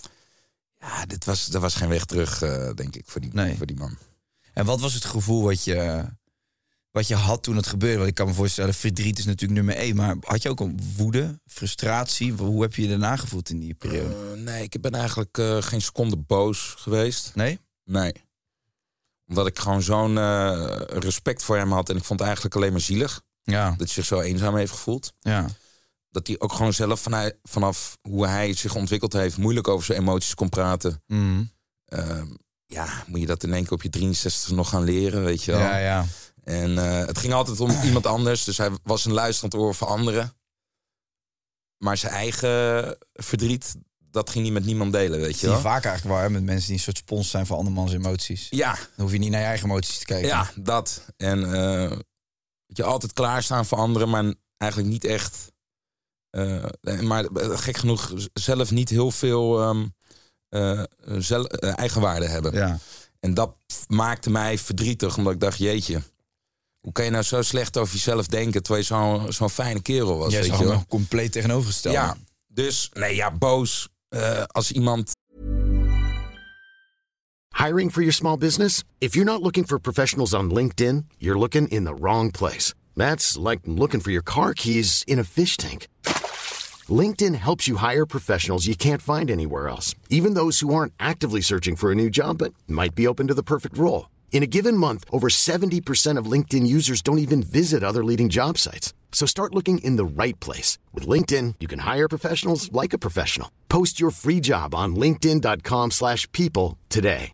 ja dit was, er was geen weg terug, uh, denk ik, voor die, nee. voor die man. En wat was het gevoel wat je, wat je had toen het gebeurde? Want ik kan me voorstellen, verdriet is natuurlijk nummer één. Maar had je ook een woede, frustratie? Hoe heb je je daarna gevoeld in die periode? Uh, nee, ik ben eigenlijk uh, geen seconde boos geweest. Nee? Nee. Omdat ik gewoon zo'n uh, respect voor hem had. En ik vond het eigenlijk alleen maar zielig. Ja. Dat hij zich zo eenzaam heeft gevoeld. Ja. Dat hij ook gewoon zelf van hij, vanaf hoe hij zich ontwikkeld heeft, moeilijk over zijn emoties kon praten. Mm. Uh, ja, moet je dat in één keer op je drieënzestig nog gaan leren, weet je wel. Ja, ja. En uh, het ging altijd om iemand anders. Dus hij was een luisterend oor voor anderen. Maar zijn eigen verdriet, dat ging hij met niemand delen, weet je wel. Zie je vaak eigenlijk wel, hè, met mensen die een soort spons zijn voor andermans emoties. Ja. Dan hoef je niet naar je eigen emoties te kijken. Ja, dat. En uh, je altijd klaarstaan voor anderen, maar eigenlijk niet echt... Uh, maar gek genoeg zelf niet heel veel um, uh, zelf, uh, eigenwaarde hebben. Ja. En dat maakte mij verdrietig, omdat ik dacht, jeetje, hoe kan je nou zo slecht over jezelf denken terwijl je zo'n zo'n fijne kerel was? Jij weet is je wel? nog compleet tegenovergesteld. Ja, dus nee, ja, boos. Uh, als iemand... Hiring for your small business? If you're not looking for professionals on LinkedIn, you're looking in the wrong place. That's like looking for your car keys in a fish tank. LinkedIn helps you hire professionals you can't find anywhere else, even those who aren't actively searching for a new job but might be open to the perfect role. In a given month, over seventy percent of LinkedIn users don't even visit other leading job sites. So start looking in the right place. With LinkedIn, you can hire professionals like a professional. Post your free job on linkedin dot com slash people today.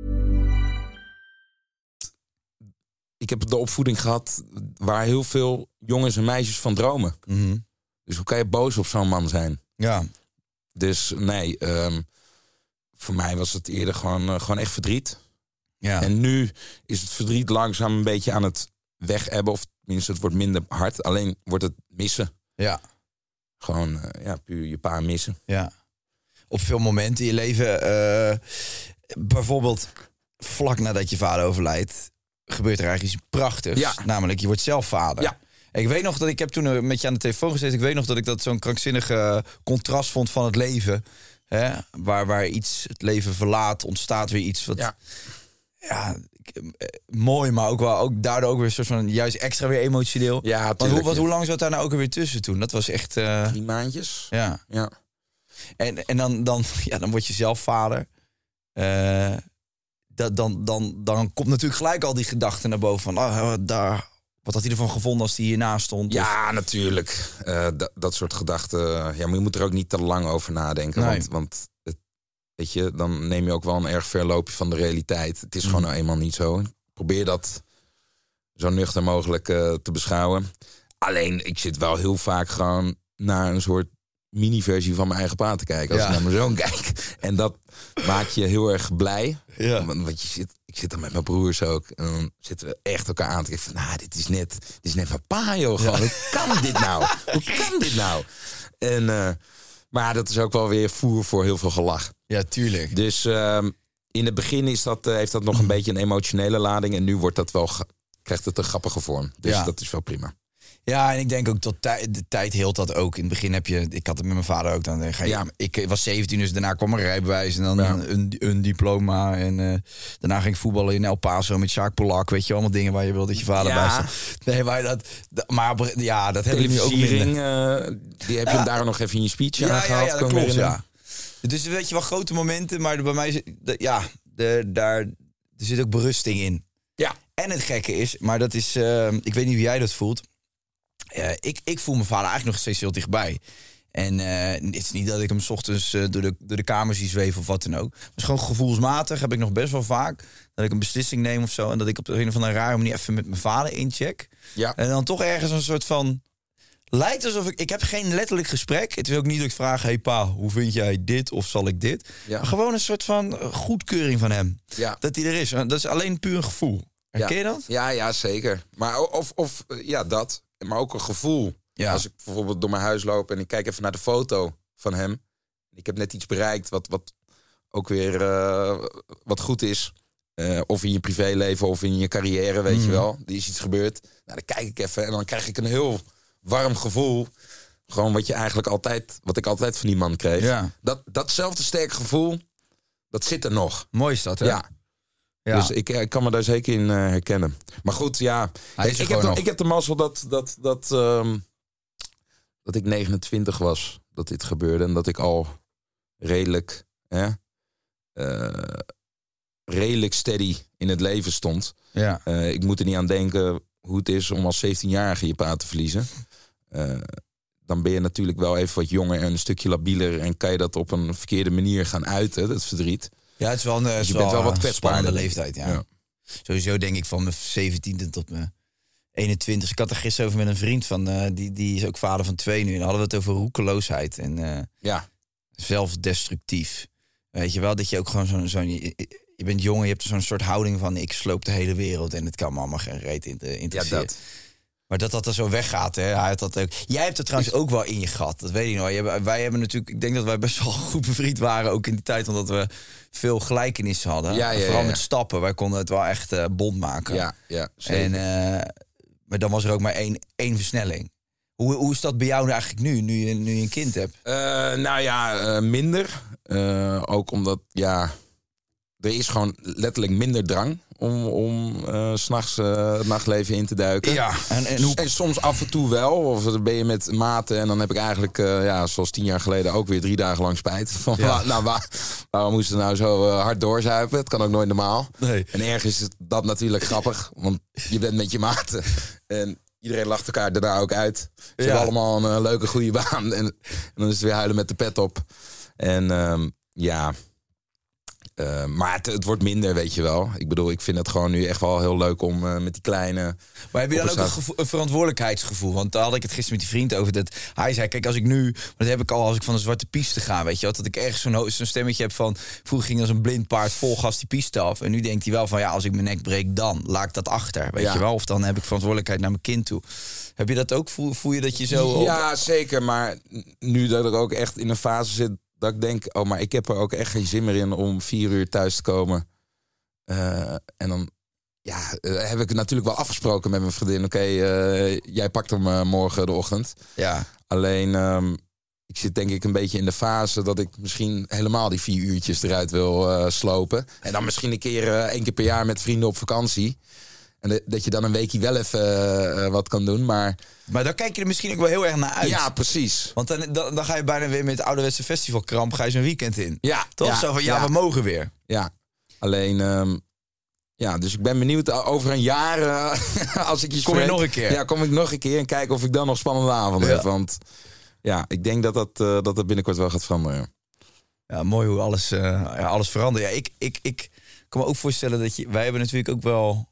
Ik heb de opvoeding gehad waar heel veel jongens en meisjes van dromen. Mm-hmm. Dus hoe kan je boos op zo'n man zijn? Ja. Dus nee, um, voor mij was het eerder gewoon, uh, gewoon echt verdriet. Ja. En nu is het verdriet langzaam een beetje aan het wegebben. Of tenminste, het wordt minder hard. Alleen wordt het missen. Ja. Gewoon, uh, ja, puur je pa missen. Ja. Op veel momenten in je leven, uh, bijvoorbeeld vlak nadat je vader overlijdt, gebeurt er eigenlijk iets prachtigs. Ja. Namelijk, je wordt zelf vader. Ja. Ik weet nog dat ik heb toen met je aan de telefoon gezeten. Ik weet nog dat ik dat zo'n krankzinnige contrast vond van het leven. Hè? Waar, waar iets het leven verlaat, ontstaat weer iets wat... Ja. Ja, mooi, maar ook wel ook daardoor ook weer een soort van juist extra weer emotioneel. Ja, Want tuurlijk, hoe, wat, ja. hoe lang zat daar nou ook weer tussen toen? Dat was echt... Uh... Drie maandjes. Ja. Ja. En, en dan, dan, ja, dan word je zelf vader. Uh, dat, dan, dan, dan komt natuurlijk gelijk al die gedachten naar boven van... Oh, daar, wat had hij ervan gevonden als hij hiernaast stond? Ja, of... natuurlijk. Uh, dat, dat soort gedachten. Ja, maar je moet er ook niet te lang over nadenken. Nee. Want, want het, weet je, dan neem je ook wel een erg verloopje van de realiteit. Het is Mm. gewoon nou eenmaal niet zo. Probeer dat zo nuchter mogelijk uh, te beschouwen. Alleen, ik zit wel heel vaak gewoon naar een soort mini-versie van mijn eigen pa te kijken. Als Ja. ik naar mijn zoon kijk. En dat maakt je heel erg blij. Ja. Want, want je zit, ik zit dan met mijn broers ook. En dan zitten we echt elkaar aan te kijken. Van, nou, dit is net, dit is net mijn pa, joh. Gewoon. Hoe kan dit nou? Hoe kan dit nou? En, uh, maar dat is ook wel weer voer voor heel veel gelach. Ja, tuurlijk. Dus uh, in het begin is dat, uh, heeft dat nog een beetje een emotionele lading. En nu wordt dat wel, krijgt het een grappige vorm. Dus Ja. dat is wel prima. Ja, en ik denk ook tot tij- de tijd heelt dat ook. In het begin heb je, ik had het met mijn vader ook. Dan ga je, Ja. Ik was zeventien, dus daarna kwam een rijbewijs en dan Ja. een, een diploma. En uh, daarna ging ik voetballen in El Paso met Sjaak Polak. Weet je, allemaal dingen waar je wil dat je vader Ja. bij staat. Nee, maar dat, dat maar ja, dat heb ik nu ook Televisiering, minder. uh, die heb je Ja. daar nog even in je speech Ja, aangehaald. ja, ja, dat kan ik me klopt, ja. herinneren. Dus weet je wel, grote momenten, maar bij mij, zit- de, ja, de, daar, er zit ook berusting in. Ja. En het gekke is, maar dat is, uh, ik weet niet hoe jij dat voelt. Uh, ik, ik voel mijn vader eigenlijk nog steeds heel dichtbij. En uh, het is niet dat ik hem 's ochtends uh, door, de, door de kamer zie zweven of wat dan ook. Maar het is gewoon gevoelsmatig, heb ik nog best wel vaak. Dat ik een beslissing neem of zo. En dat ik op de een of andere rare manier even met mijn vader incheck. Ja. En dan toch ergens een soort van... Lijkt alsof ik... Ik heb geen letterlijk gesprek. Het is ook niet dat ik vraag... Hey pa, hoe vind jij dit? Of zal ik dit? Ja. Maar gewoon een soort van goedkeuring van hem. Ja. Dat hij er is. Dat is alleen puur een gevoel. Herken je dat? Ja, ja, zeker. Maar of, of ja, dat. Maar ook een gevoel. Ja. Als ik bijvoorbeeld door mijn huis loop en ik kijk even naar de foto van hem. Ik heb net iets bereikt wat, wat ook weer uh, wat goed is. Uh, of in je privéleven of in je carrière, weet mm. je wel. Er is iets gebeurd. Nou, dan kijk ik even en dan krijg ik een heel warm gevoel. Gewoon wat je eigenlijk altijd, wat ik altijd van die man kreeg. Ja. Dat, datzelfde sterke gevoel, dat zit er nog. Mooi is dat, hè? Ja. Ja. Dus ik, ik kan me daar zeker in uh, herkennen. Maar goed, ja. Hij Ik, ik, heb de, ik heb de mazzel dat, dat, dat, um, dat ik negenentwintig was. Dat dit gebeurde. En dat ik al redelijk... Hè, uh, redelijk steady in het leven stond. Ja. Uh, ik moet er niet aan denken hoe het is om als zeventienjarige je pa te verliezen. Uh, dan ben je natuurlijk wel even wat jonger en een stukje labieler. En kan je dat op een verkeerde manier gaan uiten, dat verdriet. Ja, het is wel een, dus je wel bent wel wat een kwetsbaarder. spannende leeftijd, ja. ja. Sowieso denk ik van mijn zeventiende tot mijn eenentwintig. Ik had er gisteren over met een vriend van, uh, die, die is ook vader van twee nu. En dan hadden we het over roekeloosheid en uh, ja. zelfdestructief. Weet je wel, dat je ook gewoon zo'n... zo'n je, je bent jong en je hebt zo'n soort houding van... ik sloop de hele wereld en het kan me allemaal geen reet interesseren. Ja, dat... Maar dat dat er zo weggaat, hè. Hij had dat ook. Jij hebt het trouwens ook wel in je gat. Dat weet ik nog. Jij, wij hebben natuurlijk... Ik denk dat wij best wel goed bevriend waren. Ook in die tijd, omdat we veel gelijkenissen hadden. Ja, ja, Vooral ja. met stappen. Wij konden het wel echt uh, bond maken. Ja, ja. En, uh, maar dan was er ook maar één, één versnelling. Hoe, hoe is dat bij jou eigenlijk nu, nu je, nu je een kind hebt? Uh, nou ja, uh, minder. Uh, ook omdat, ja... Er is gewoon letterlijk minder drang om, om uh, 's nachts uh, het nachtleven in te duiken. Ja, en, en, hoe... en soms af en toe wel. Of dan ben je met maten en dan heb ik eigenlijk, uh, ja, zoals tien jaar geleden, ook weer drie dagen lang spijt. Van, ja. nou, waar, waarom moesten we nou zo uh, hard doorzuipen? Het kan ook nooit normaal. Nee. En ergens is dat natuurlijk grappig, want je bent met je maten. En iedereen lacht elkaar daarna ook uit. Ze ja. hebben allemaal een uh, leuke, goede baan. En, en dan is het weer huilen met de pet op. En um, ja... Uh, maar het, het wordt minder, weet je wel. Ik bedoel, ik vind het gewoon nu echt wel heel leuk om uh, met die kleine... Maar heb je dan ook een, gevoel, een verantwoordelijkheidsgevoel? Want daar had ik het gisteren met die vriend over. Dat hij zei, kijk, als ik nu... Dat heb ik al als ik van de zwarte piste ga, weet je wel. Dat ik ergens zo'n, zo'n stemmetje heb van... Vroeger ging als een blind paard vol gas die piste af. En nu denkt hij wel van, ja, als ik mijn nek breek, dan laat ik dat achter. Weet ja. je wel? Of dan heb ik verantwoordelijkheid naar mijn kind toe. Heb je dat ook? Voel, voel je dat je zo... Ja, op... zeker. Maar nu dat ik ook echt in een fase zit... dat ik denk, oh, maar ik heb er ook echt geen zin meer in om vier uur thuis te komen. Uh, en dan ja, uh, heb ik natuurlijk wel afgesproken met mijn vriendin. Oké, okay, uh, jij pakt hem uh, morgen de ochtend. Ja. Alleen, um, ik zit denk ik een beetje in de fase dat ik misschien helemaal die vier uurtjes eruit wil uh, slopen. En dan misschien een keer, uh, één keer per jaar met vrienden op vakantie. En de, dat je dan een weekje wel even uh, wat kan doen, maar... Maar dan kijk je er misschien ook wel heel erg naar uit. Ja, precies. Want dan, dan, dan ga je bijna weer met de ouderwetse festivalkramp... ga je zo'n weekend in. Ja. Toch? Ja, Zo van, ja, ja, we mogen weer. Ja. Alleen, um, ja, dus ik ben benieuwd over een jaar... Uh, als ik je Kom je nog een keer? Ja, kom ik nog een keer en kijken of ik dan nog spannende avonden ja. heb. Want ja, ik denk dat dat, uh, dat, dat binnenkort wel gaat veranderen. Ja, mooi hoe alles, uh, ja, alles verandert. Ja, ik, ik, ik kan me ook voorstellen dat je... Wij hebben natuurlijk ook wel...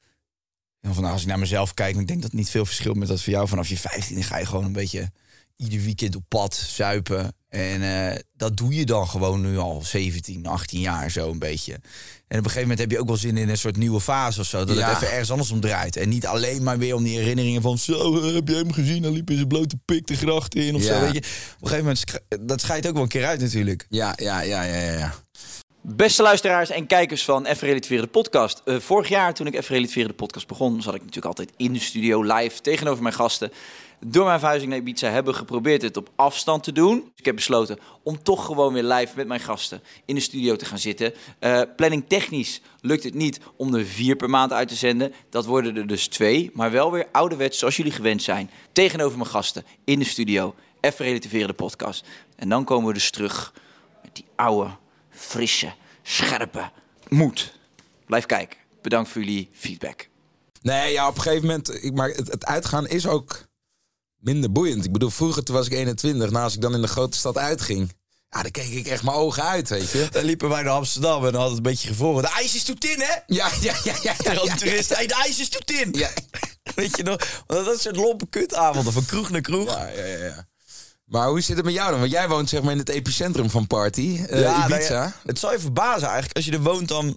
En van, als ik naar mezelf kijk, ik denk dat niet veel verschil met dat voor jou. Vanaf je vijftiende ga je gewoon een beetje ieder weekend op pad zuipen. En uh, dat doe je dan gewoon nu al zeventien, achttien jaar zo een beetje. En op een gegeven moment heb je ook wel zin in een soort nieuwe fase of zo. Dat ja. het even ergens anders om draait. En niet alleen maar weer om die herinneringen van... Zo, heb je hem gezien? Dan liep in zijn blote pik de gracht in of ja. zo. Weet je. Op een gegeven moment, dat scheidt ook wel een keer uit natuurlijk. Ja, ja, ja, ja, ja. Beste luisteraars en kijkers van Even Relativeren de podcast. Uh, vorig jaar toen ik Even Relativeren de podcast begon, zat ik natuurlijk altijd in de studio live tegenover mijn gasten. Door mijn verhuizing naar Ibiza hebben we geprobeerd het op afstand te doen. Dus ik heb besloten om toch gewoon weer live met mijn gasten in de studio te gaan zitten. Uh, planning technisch lukt het niet om er vier per maand uit te zenden. Dat worden er dus twee, maar wel weer ouderwets zoals jullie gewend zijn. Tegenover mijn gasten in de studio. Even Relativeren de podcast. En dan komen we dus terug met die oude, frisse, scherpe moed. Blijf kijken. Bedankt voor jullie feedback. Nee, ja, op een gegeven moment... Ik, maar het, het uitgaan is ook minder boeiend. Ik bedoel, vroeger toen was ik eenentwintig. Nou, als ik dan in de grote stad uitging... Ja, dan keek ik echt mijn ogen uit, weet je. Dan liepen wij naar Amsterdam en dan had het een beetje gevroren. De ijs is toet in, hè? Ja, ja, ja. ja, Tegen ja, de ja, toeristen. Hey, de ijs is toet in. Ja. Weet je nog? Want dat soort lompe kutavonden van kroeg naar kroeg. Ja, ja, ja, ja. Maar hoe zit het met jou dan? Want jij woont zeg maar in het epicentrum van party, uh, ja, Ibiza. Nou ja, het zal je verbazen eigenlijk. Als je er woont, dan,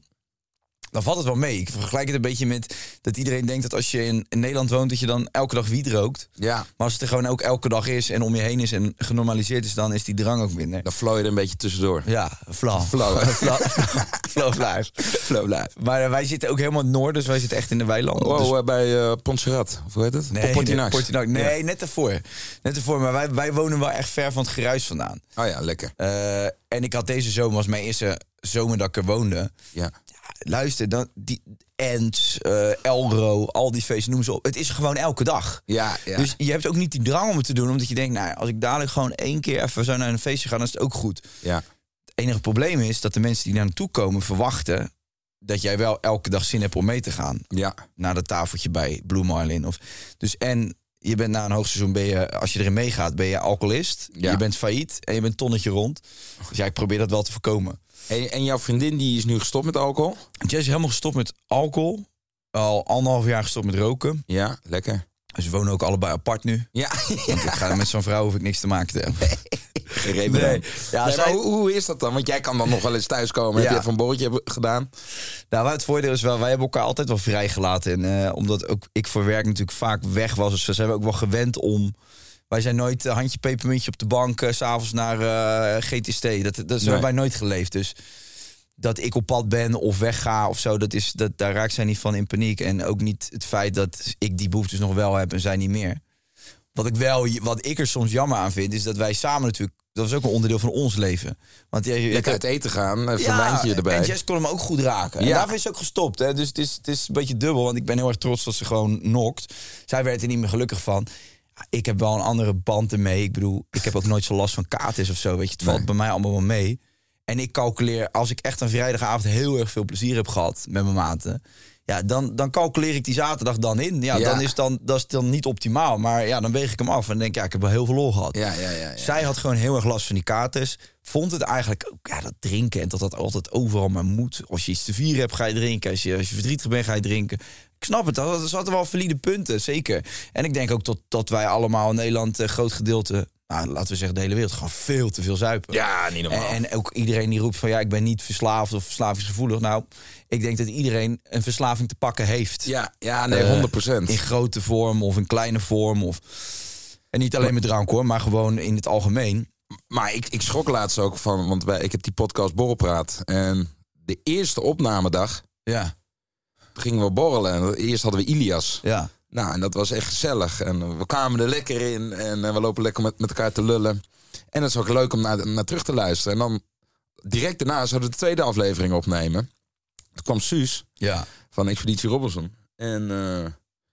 dan valt het wel mee. Ik vergelijk het een beetje met dat iedereen denkt dat als je in, in Nederland woont... dat je dan elke dag wiet rookt. Ja. Maar als het er gewoon ook elke dag is en om je heen is en genormaliseerd is... dan is die drang ook minder. Dan flow je er een beetje tussendoor. Ja, flow. Flow. flow, flow life. Flow life. Maar uh, wij zitten ook helemaal in het noorden, dus wij zitten echt in de weilanden. Oh, dus... uh, bij uh, Pontserrat, of hoe heet het? Nee, Portinax. Portinax. Nee, ja. net ervoor. Net ervoor, maar wij, wij wonen wel echt ver van het geruis vandaan. Oh ja, lekker. Uh, en ik had deze zomer, was mijn eerste zomer dat ik er woonde. Ja. Ja, luister, dan, die Ents, uh, Elro, al die feesten, noem ze op. Het is gewoon elke dag. Ja, ja. Dus je hebt ook niet die drang om het te doen, omdat je denkt, nou ja, als ik dadelijk gewoon één keer even zo naar een feestje ga, dan is het ook goed. Ja. Het enige probleem is dat de mensen die naar naartoe komen verwachten dat jij wel elke dag zin hebt om mee te gaan. Ja. Naar dat tafeltje bij Blue Marlin. Of, dus en je bent na een hoogseizoen, ben je, als je erin meegaat, ben je alcoholist. Ja. Je bent failliet en je bent tonnetje rond. Dus ja, ik probeer dat wel te voorkomen. Hey, en jouw vriendin die is nu gestopt met alcohol? Jess is helemaal gestopt met alcohol. Al anderhalf jaar gestopt met roken. Ja, lekker. Dus we wonen ook allebei apart nu. Ja. Want ik ga met zo'n vrouw hoef ik niks te maken te hebben. Nee. nee. Ja, nee, zij... maar hoe, hoe is dat dan? Want jij kan dan nog wel eens thuiskomen. Ja. Heb je even een borreltje gedaan? Nou, het voordeel is wel, wij hebben elkaar altijd wel vrijgelaten. En uh, omdat ook ik voor werk natuurlijk vaak weg was. Dus we zijn ook wel gewend om... Wij zijn nooit uh, handje pepermuntje op de bank... Uh, 's avonds naar uh, G T S T. Dat, dat nee. hebben wij nooit geleefd. Dus dat ik op pad ben of wegga of zo... Dat is, dat, daar raakt zij niet van in paniek. En ook niet het feit dat ik die behoeftes nog wel heb en zij niet meer. Wat ik, wel, wat ik er soms jammer aan vind... is dat wij samen natuurlijk... Dat was ook een onderdeel van ons leven. Want je, je Lekker uit eten gaan, een ja, wijntje erbij. En Jess kon hem ook goed raken. En ja. daarvoor is ze ook gestopt. Hè? Dus het is, het is een beetje dubbel. Want ik ben heel erg trots dat ze gewoon nokt. Zij werd er niet meer gelukkig van. Ik heb wel een andere band ermee. Ik bedoel, ik heb ook nooit zo last van kaarten of zo. Weet je, het valt nee. bij mij allemaal wel mee. En ik calculeer, als ik echt een vrijdagavond heel erg veel plezier heb gehad met mijn maten... Ja, dan, dan calculeer ik die zaterdag dan in. Ja, ja. Dan is dan, dat is dan niet optimaal. Maar ja, dan weeg ik hem af en denk ja, ik heb wel heel veel lol gehad. Ja, ja, ja, ja. Zij had gewoon heel erg last van die katers. Vond het eigenlijk ook, ja, dat drinken en dat dat altijd overal maar moet. Als je iets te vieren hebt, ga je drinken. Als je, als je verdrietig bent, ga je drinken. Ik snap het, dat zaten wel valide punten, zeker. En ik denk ook tot, dat wij allemaal in Nederland een groot gedeelte... Nou, laten we zeggen, de hele wereld gewoon veel te veel zuipen. Ja, niet normaal. En, en ook iedereen die roept van ja, ik ben niet verslaafd of verslavingsgevoelig. Nou, ik denk dat iedereen een verslaving te pakken heeft. Ja, ja nee, honderd procent. Uh, in grote vorm of in kleine vorm. Of... En niet alleen met drank hoor, maar gewoon in het algemeen. Maar ik, ik schrok laatst ook van, want wij, ik heb die podcast Borrelpraat. En de eerste opnamedag ja. gingen we borrelen. En eerst hadden we Ilias. Ja. Nou, en dat was echt gezellig. En we kwamen er lekker in. En we lopen lekker met, met elkaar te lullen. En dat is ook leuk om naar, naar terug te luisteren. En dan direct daarna zouden we de tweede aflevering opnemen. Toen kwam Suus ja. van Expeditie Robinson. En uh,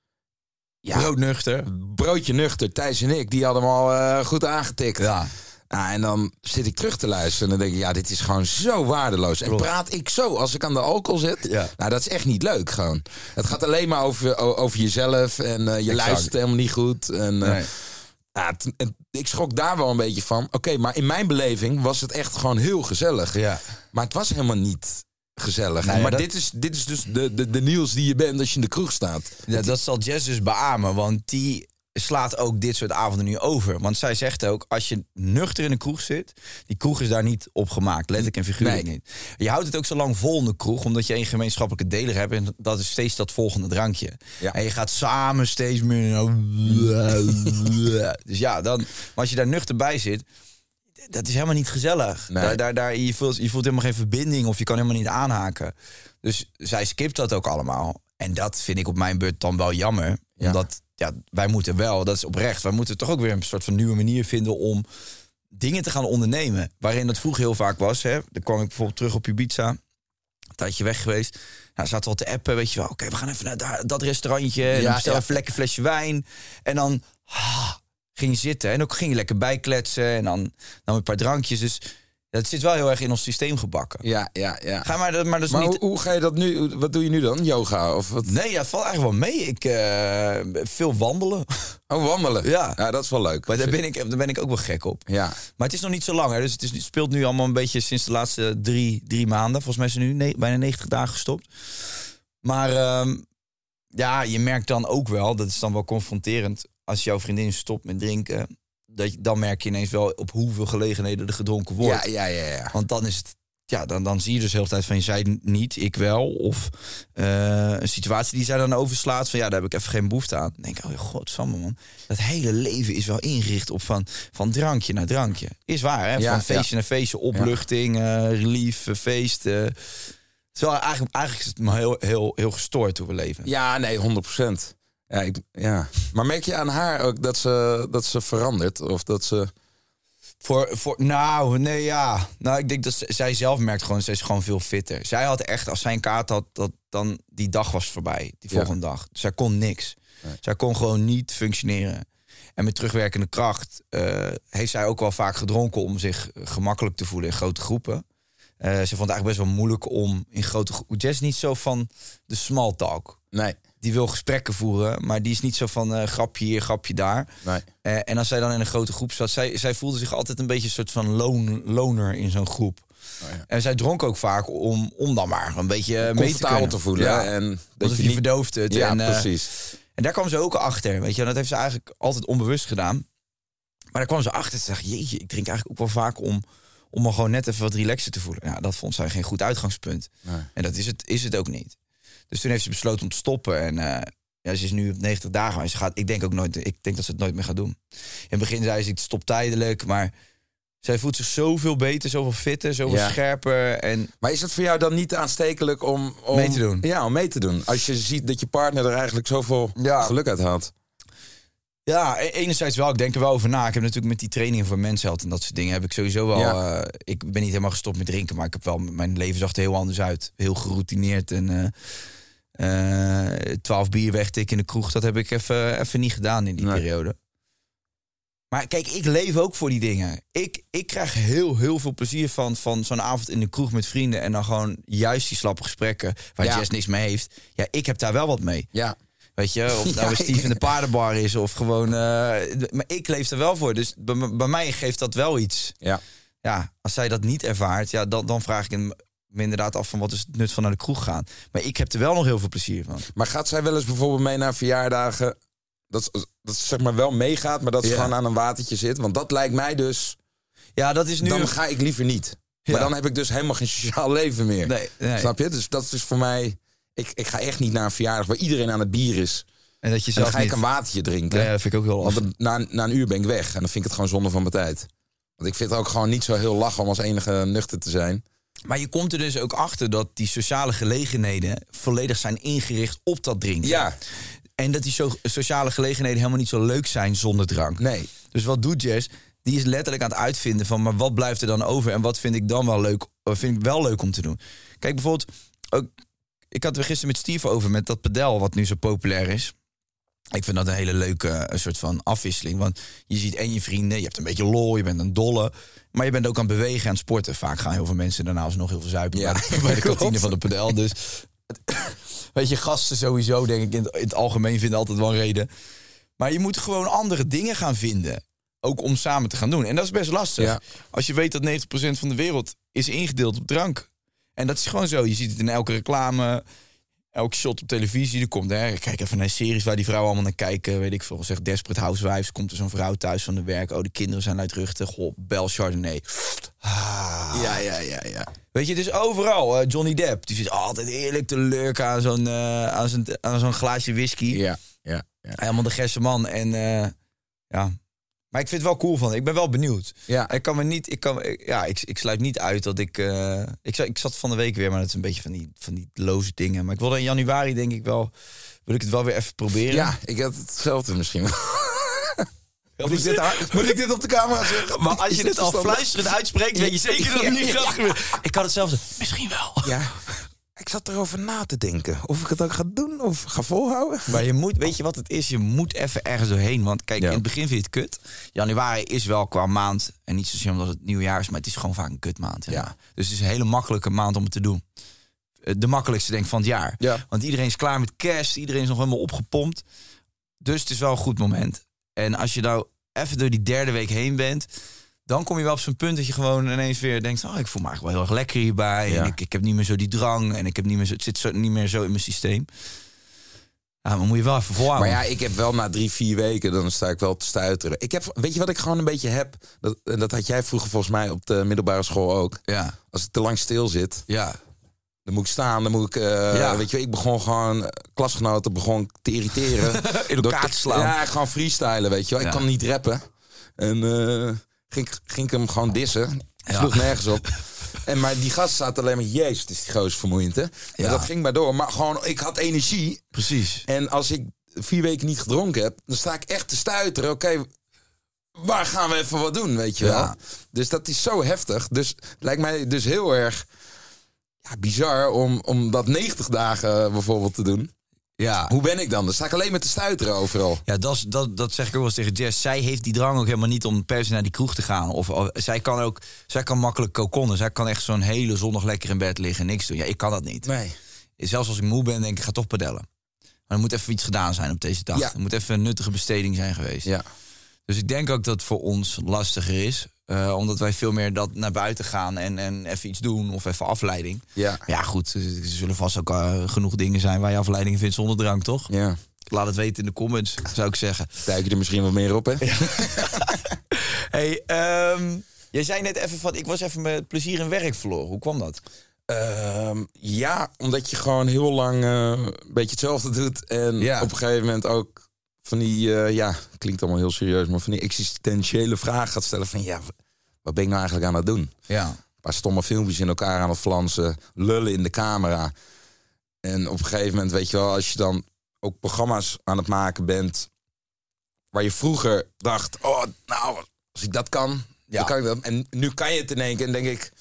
ja, broodnuchter. Broodje nuchter. Thijs en ik, die hadden hem al uh, goed aangetikt. Ja. Nou, en dan zit ik terug te luisteren en dan denk ik, ja, dit is gewoon zo waardeloos. En praat ik zo als ik aan de alcohol zit? Ja. Nou, dat is echt niet leuk gewoon. Het gaat alleen maar over, over jezelf en uh, je exact. luistert helemaal niet goed. En, uh, nee. ja, t- en ik schrok daar wel een beetje van. Oké, okay, maar in mijn beleving was het echt gewoon heel gezellig. Ja. Maar het was helemaal niet gezellig. Nee, maar dat... dit, is, dit is dus de, de, de Niels die je bent als je in de kroeg staat. Ja, dat zal Jess dus beamen, want die slaat ook dit soort avonden nu over. Want zij zegt ook, als je nuchter in een kroeg zit, die kroeg is daar niet op gemaakt, letterlijk en figuurlijk nee. niet. Je houdt het ook zo lang vol in de kroeg, omdat je een gemeenschappelijke deler hebt en dat is steeds dat volgende drankje. Ja. En je gaat samen steeds meer... Dus ja, dan, maar als je daar nuchter bij zit, dat is helemaal niet gezellig. Nee. Daar, daar, daar, je, voelt, je voelt helemaal geen verbinding of je kan helemaal niet aanhaken. Dus zij skipt dat ook allemaal. En dat vind ik op mijn beurt dan wel jammer. Ja. Omdat ja, wij moeten wel, dat is oprecht... wij moeten toch ook weer een soort van nieuwe manier vinden... om dingen te gaan ondernemen. Waarin dat vroeger heel vaak was. Hè. Dan kwam ik bijvoorbeeld terug op Ibiza. Een tijdje weg geweest. Nou, zaten we al te appen, weet je wel. Oké, okay, we gaan even naar daar, dat restaurantje. En Ja, bestel ja. even een lekker flesje wijn. En dan ah, ging je zitten. En ook ging je lekker bijkletsen. En dan nam een paar drankjes. Dus dat zit wel heel erg in ons systeem gebakken. Ja, ja, ja. Ga maar, maar dat is Maar niet... hoe, hoe ga je dat nu... Wat doe je nu dan? Yoga? Of wat? Nee, ja, het valt eigenlijk wel mee. Ik uh, veel wandelen. Oh, wandelen? Ja. Ja, dat is wel leuk. Maar daar ben, ik, daar ben ik ook wel gek op. Ja. Maar het is nog niet zo lang. Hè. Dus het, is, het speelt nu allemaal een beetje sinds de laatste drie, drie maanden. Volgens mij is er nu ne- bijna negentig dagen gestopt. Maar um, ja, je merkt dan ook wel, dat is dan wel confronterend... als jouw vriendin stopt met drinken... Dat je, dan merk je ineens wel op hoeveel gelegenheden er gedronken wordt. Ja, ja, ja, ja. Want dan is het... Ja, dan, dan zie je dus de hele tijd van... je zei niet, ik wel. Of uh, een situatie die zij dan overslaat... van ja, daar heb ik even geen behoefte aan. Dan denk ik, oh godsamme man. Dat hele leven is wel ingericht op van, van drankje naar drankje. Is waar, hè? Ja, van feestje ja. naar feestje, opluchting, uh, relief, uh, feest. Uh. Het is wel eigenlijk, eigenlijk is het maar heel, heel, heel gestoord hoe we leven. Ja, nee, honderd procent. Ja, ik, ja. Maar merk je aan haar ook dat ze, dat ze verandert? Of dat ze... Voor, voor, nou, nee, ja. Nou, ik denk dat z- zij zelf merkt gewoon, zij is gewoon veel fitter. Zij had echt, als zij een kaart had, dat dan die dag was voorbij. Die volgende Ja. dag. Zij kon niks. Nee. Zij kon gewoon niet functioneren. En met terugwerkende kracht uh, heeft zij ook wel vaak gedronken om zich gemakkelijk te voelen in grote groepen. Uh, ze vond het eigenlijk best wel moeilijk om in grote groepen... Jess is niet zo van de small talk. Nee. Die wil gesprekken voeren, maar die is niet zo van uh, grapje hier, grapje daar. Nee. Uh, en als zij dan in een grote groep zat, zij, zij voelde zich altijd een beetje een soort van loon, loner in zo'n groep. Oh ja. En zij dronk ook vaak om, om dan maar een beetje mee te Comfortabel kunnen. te voelen. Ja. En Dat dat je je niet niet... verdooft het. Ja, en, uh, precies. En daar kwam ze ook achter, weet je. En dat heeft ze eigenlijk altijd onbewust gedaan. Maar daar kwam ze achter en ze dacht, jeetje, ik drink eigenlijk ook wel vaak om... om me gewoon net even wat relaxer te voelen. Ja, dat vond zij geen goed uitgangspunt. Nee. En dat is het, is het ook niet. Dus toen heeft ze besloten om te stoppen. En uh, ja, ze is nu op negentig dagen. Maar ze gaat, ik denk ook nooit, ik denk dat ze het nooit meer gaat doen. In het begin zei ze, ik stop tijdelijk. Maar zij voelt zich zoveel beter, zoveel fitter, zoveel Ja. scherper. En Maar is het voor jou dan niet aanstekelijk om, om... Mee te doen? Ja, om mee te doen. Als je ziet dat je partner er eigenlijk zoveel Ja. geluk uit haalt. ja, e- enerzijds wel. Ik denk er wel over na. Ik heb natuurlijk met die trainingen voor mensheld en dat soort dingen... heb ik sowieso wel... Ja. Uh, ik ben niet helemaal gestopt met drinken... maar ik heb wel... Mijn leven zag er heel anders uit. Heel geroutineerd en... Uh, Uh, twaalf bier wegtikken in de kroeg, dat heb ik even, even niet gedaan in die Nee. periode. Maar kijk, ik leef ook voor die dingen. Ik, ik krijg heel, heel veel plezier van, van zo'n avond in de kroeg met vrienden... en dan gewoon juist die slappe gesprekken waar Ja. Jess niks mee heeft. Ja, ik heb daar wel wat mee. Ja. Weet je, of nou Ja, weer Steve in de paardenbar is of gewoon... Uh, maar ik leef er wel voor, dus bij, bij mij geeft dat wel iets. Ja. Ja, als zij dat niet ervaart, ja, dan, dan vraag ik hem... me inderdaad af van wat is het nut van naar de kroeg gaan. Maar ik heb er wel nog heel veel plezier van. Maar gaat zij wel eens bijvoorbeeld mee naar verjaardagen... dat, dat ze zeg maar wel meegaat, maar dat ze Ja. gewoon aan een watertje zit? Want dat lijkt mij dus... Ja, dat is nu... Dan ga ik liever niet. Maar Ja. dan heb ik dus helemaal geen sociaal leven meer. Nee, nee. Snap je? Dus dat is dus voor mij... Ik, ik ga echt niet naar een verjaardag waar iedereen aan het bier is. En dat je En dan zelf ga ik niet... een watertje drinken. Ja, dat vind ik ook heel Want lastig. dan- na, na een uur ben ik weg. En dan vind ik het gewoon zonde van mijn tijd. Want ik vind het ook gewoon niet zo heel lachen om als enige nuchter te zijn. Maar je komt er dus ook achter dat die sociale gelegenheden... volledig zijn ingericht op dat drinken. Ja, En dat die so- sociale gelegenheden helemaal niet zo leuk zijn zonder drank. nee. Dus wat doet Jess? Die is letterlijk aan het uitvinden van... maar wat blijft er dan over en wat vind ik dan wel leuk, of vind ik wel leuk om te doen? Kijk, bijvoorbeeld... Ook, ik had het gisteren met Steve over met dat padel wat nu zo populair is. Ik vind dat een hele leuke een soort van afwisseling. Want je ziet en je vrienden, je hebt een beetje lol, je bent een dolle. Maar je bent ook aan het bewegen, aan het sporten. Vaak gaan heel veel mensen daarna alsnog heel veel zuipen Ja, bij, de, bij de klopt. kantine van de padel. Dus weet je, gasten sowieso, denk ik, in het, in het algemeen vinden altijd wel een reden. Maar je moet gewoon andere dingen gaan vinden. Ook om samen te gaan doen. En dat is best lastig. Ja. Als je weet dat negentig procent van de wereld is ingedeeld op drank. En dat is gewoon zo. Je ziet het in elke reclame, elke shot op televisie. Er komt, hè, kijk even naar series waar die vrouwen allemaal naar kijken. Weet ik veel, zeg Desperate Housewives. Komt er zo'n vrouw thuis van de werk. Oh, de kinderen zijn luidruchtig. Goh, bel Chardonnay. Ah. Ja, ja, ja, ja. Weet je, dus overal. Uh, Johnny Depp, die zit altijd heerlijk te lurken aan zo'n, uh, aan zo'n, aan zo'n glaasje whisky. Ja, ja, ja. Helemaal de gerse man. En uh, ja, Maar ik vind het wel cool van. Ik ben wel benieuwd. Ja. Ik kan me niet. Ik kan. Ja, ik, ik sluit niet uit dat ik. Uh, ik, ik zat van de week weer, maar dat is een beetje van die, van die loze dingen. Maar ik wilde in januari, denk ik wel. Wil ik het wel weer even proberen. Ja, ik had hetzelfde misschien wel. Moet ik, dit, moet ik dit op de camera zeggen? Maar als je dit al fluisterend uitspreekt, weet je zeker dat het niet gaat gebeuren. Ik kan hetzelfde. Misschien wel. Ja. Ik zat erover na te denken. Of ik het ook ga doen of ga volhouden. Maar je moet, weet je wat het is? Je moet even ergens doorheen. Want kijk, ja. in het begin vind je het kut. Januari is wel qua maand. En niet zozeer omdat het nieuwjaar is, maar het is gewoon vaak een kutmaand. Ja. Ja. Dus het is een hele makkelijke maand om het te doen. De makkelijkste denk ik van het jaar. Ja. Want iedereen is klaar met kerst. Iedereen is nog helemaal opgepompt. Dus het is wel een goed moment. En als je nou even door die derde week heen bent, dan kom je wel op zo'n punt dat je gewoon ineens weer denkt, oh, ik voel me eigenlijk wel heel erg lekker hierbij. Ja. En ik, ik heb niet meer zo die drang. En ik heb niet meer zo, het zit zo, niet meer zo in mijn systeem. Ja, maar moet je wel even volhouden. Maar ja, ik heb wel na drie, vier weken, dan sta ik wel te stuiteren. Ik heb, weet je wat ik gewoon een beetje heb? Dat, en dat had jij vroeger volgens mij op de middelbare school ook. Ja. Als ik te lang stil zit, ja. dan moet ik staan. Dan moet ik, uh, ja. weet je, ik begon gewoon, klasgenoten begon te irriteren. In elkaar te slaan. Ja, gewoon freestylen, weet je wel. Ja. Ik kan niet rappen. En uh, ging, ging ik hem gewoon dissen. Ja. Sloeg nergens op. En maar die gast zaten alleen maar, jezus, het is die gozer vermoeiend, hè? Ja. En dat ging maar door. Maar gewoon, ik had energie. Precies. En als ik vier weken niet gedronken heb, dan sta ik echt te stuiteren. Oké, okay, waar gaan we even wat doen, weet je wel? Ja. Dus dat is zo heftig. Dus het lijkt mij dus heel erg ja, bizar om, om dat negentig dagen bijvoorbeeld te doen. Ja. Hoe ben ik dan? Dan sta ik alleen maar te stuiteren overal. Ja, dat, dat, dat zeg ik ook wel eens tegen Jess. Zij heeft die drang ook helemaal niet om per se naar die kroeg te gaan. Of, of zij kan ook, zij kan makkelijk kokonnen. Zij kan echt zo'n hele zondag lekker in bed liggen en niks doen. Ja, ik kan dat niet. Nee. Zelfs als ik moe ben, denk ik, ik ga toch padellen. Maar er moet even iets gedaan zijn op deze dag. Ja. Er moet even een nuttige besteding zijn geweest. Ja. Dus ik denk ook dat het voor ons lastiger is. Uh, omdat wij veel meer dat naar buiten gaan en, en even iets doen of even afleiding. Ja, ja goed, er zullen vast ook uh, genoeg dingen zijn waar je afleiding vindt zonder drank, toch? Ja. Laat het weten in de comments, zou ik zeggen. Duik je er misschien wat meer op, hè? Ja. Hey, um, jij zei net even van, ik was even met plezier in werk verloren. Hoe kwam dat? Um, ja, omdat je gewoon heel lang uh, een beetje hetzelfde doet. En ja. op een gegeven moment ook van die, uh, ja, klinkt allemaal heel serieus, maar van die existentiële vraag gaat stellen van, ja, wat ben ik nou eigenlijk aan het doen? Ja. Een paar stomme filmpjes in elkaar aan het flansen, lullen in de camera. En op een gegeven moment, weet je wel, als je dan ook programma's aan het maken bent, waar je vroeger dacht, oh, nou, als ik dat kan, ja. dan kan ik dat. En nu kan je het in één keer en denk ik,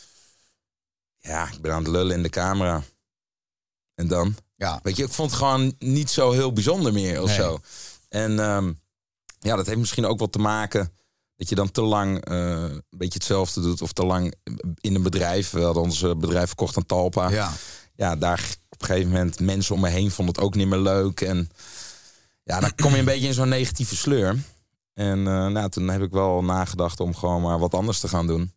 ja, ik ben aan het lullen in de camera. En dan? Ja. Weet je, ik vond het gewoon niet zo heel bijzonder meer of nee. zo. En um, ja, dat heeft misschien ook wat te maken dat je dan te lang uh, een beetje hetzelfde doet. Of te lang in een bedrijf. We hadden ons bedrijf verkocht aan Talpa. Ja. Ja, daar op een gegeven moment mensen om me heen vonden het ook niet meer leuk. En ja, dan kom je een beetje in zo'n negatieve sleur. En uh, nou, toen heb ik wel nagedacht om gewoon maar wat anders te gaan doen.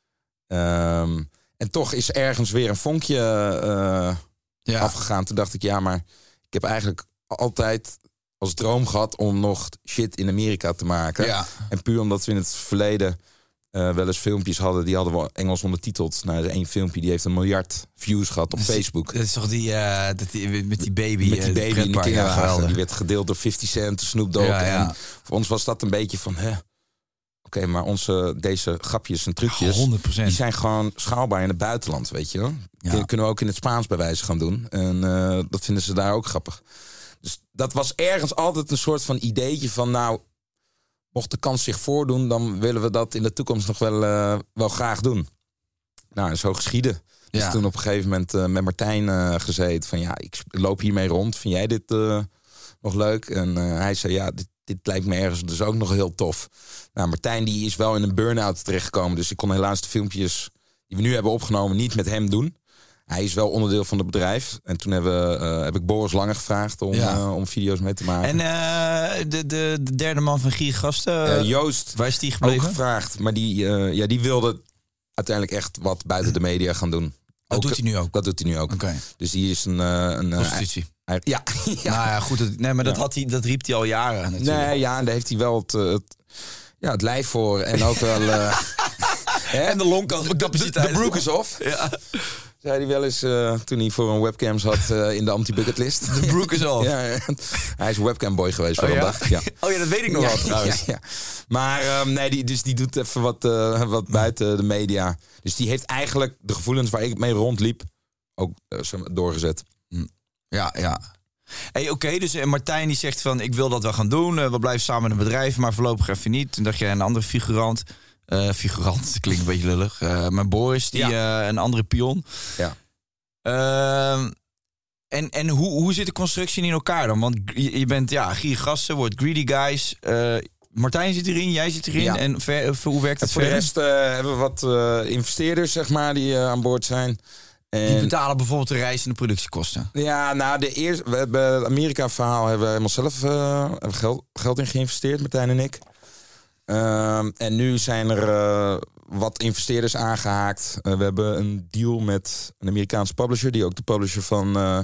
Um, en toch is ergens weer een vonkje uh, ja. afgegaan. Toen dacht ik, ja, maar ik heb eigenlijk altijd als droom gehad om nog shit in Amerika te maken. Ja. En puur omdat we in het verleden uh, wel eens filmpjes hadden, die hadden we Engels ondertiteld. Nou, er is één filmpje die heeft een miljard views gehad op dat Facebook. Dat is toch die, uh, dat die met die baby, met die baby in de kinderwagen. Ja, die werd gedeeld door fifty cent, Snoop Dogg. Ja, ja. En voor ons was dat een beetje van, hè, oké, okay, maar onze deze grapjes en trucjes, honderd procent. die zijn gewoon schaalbaar in het buitenland, weet je wel. Ja. Kunnen we ook in het Spaans bij wijze gaan doen. En uh, dat vinden ze daar ook grappig. Dus dat was ergens altijd een soort van ideetje van, nou, mocht de kans zich voordoen, dan willen we dat in de toekomst nog wel, uh, wel graag doen. Nou, en zo geschieden. Dus ja. toen op een gegeven moment uh, met Martijn uh, gezeten van, ja, ik loop hiermee rond. Vind jij dit uh, nog leuk? En uh, hij zei, ja, dit, dit lijkt me ergens dus ook nog heel tof. Nou, Martijn die is wel in een burn-out terechtgekomen. Dus ik kon helaas de filmpjes die we nu hebben opgenomen niet met hem doen. Hij is wel onderdeel van het bedrijf. En toen hebben, uh, heb ik Boris Lange gevraagd om, ja. uh, om video's mee te maken. En uh, de, de, de derde man van Giergasten, uh, Joost, waar is die gebleven? Ook gevraagd. Maar die, uh, ja, die wilde uiteindelijk echt wat buiten de media gaan doen. Dat ook, doet hij nu ook? Dat doet hij nu ook. Okay. Dus die is een... Uh, een Prostitutie. Uh, ja. ja. Nou ja, goed. Dat, nee, maar dat, ja. had hij, dat riep hij al jaren natuurlijk. Nee, ja, en daar heeft hij wel het, het, ja, het lijf voor. En ook wel... Uh, en de longcapaciteit. De, de broek is off. Ja. Zei hij wel eens uh, toen hij voor een webcam zat uh, in de anti-bucketlist. De broek is off. Ja, ja. Hij is webcamboy geweest voor oh, een ja? dag. Ja. Oh ja, dat weet ik nog ja, wel trouwens. Ja, ja. Maar um, nee, die, dus die doet even wat, uh, wat buiten de media. Dus die heeft eigenlijk de gevoelens waar ik mee rondliep ook uh, doorgezet. Hm. Ja, ja. Hey, Oké, okay, dus uh, Martijn die zegt van ik wil dat wel gaan doen. Uh, we blijven samen in een bedrijf, maar voorlopig even niet. Toen dacht jij een andere figurant. Uh, figurant, klinkt een beetje lullig. Uh, maar Boris, die ja. uh, een andere pion. Ja. Uh, en en hoe, hoe zit de constructie in elkaar dan? Want je, je bent ja, giergasten, wordt greedy guys. Uh, Martijn zit erin, jij zit erin. Ja. En ver, hoe werkt het voor de rest uh, hebben we wat uh, investeerders zeg maar, die uh, aan boord zijn. En die betalen bijvoorbeeld de reis en de productiekosten. Ja, nou, de eerste, we hebben het Amerika-verhaal hebben we helemaal zelf uh, geld, geld in geïnvesteerd, Martijn en ik. Uh, en nu zijn er uh, wat investeerders aangehaakt. Uh, we hebben een deal met een Amerikaanse publisher, die ook de publisher van uh,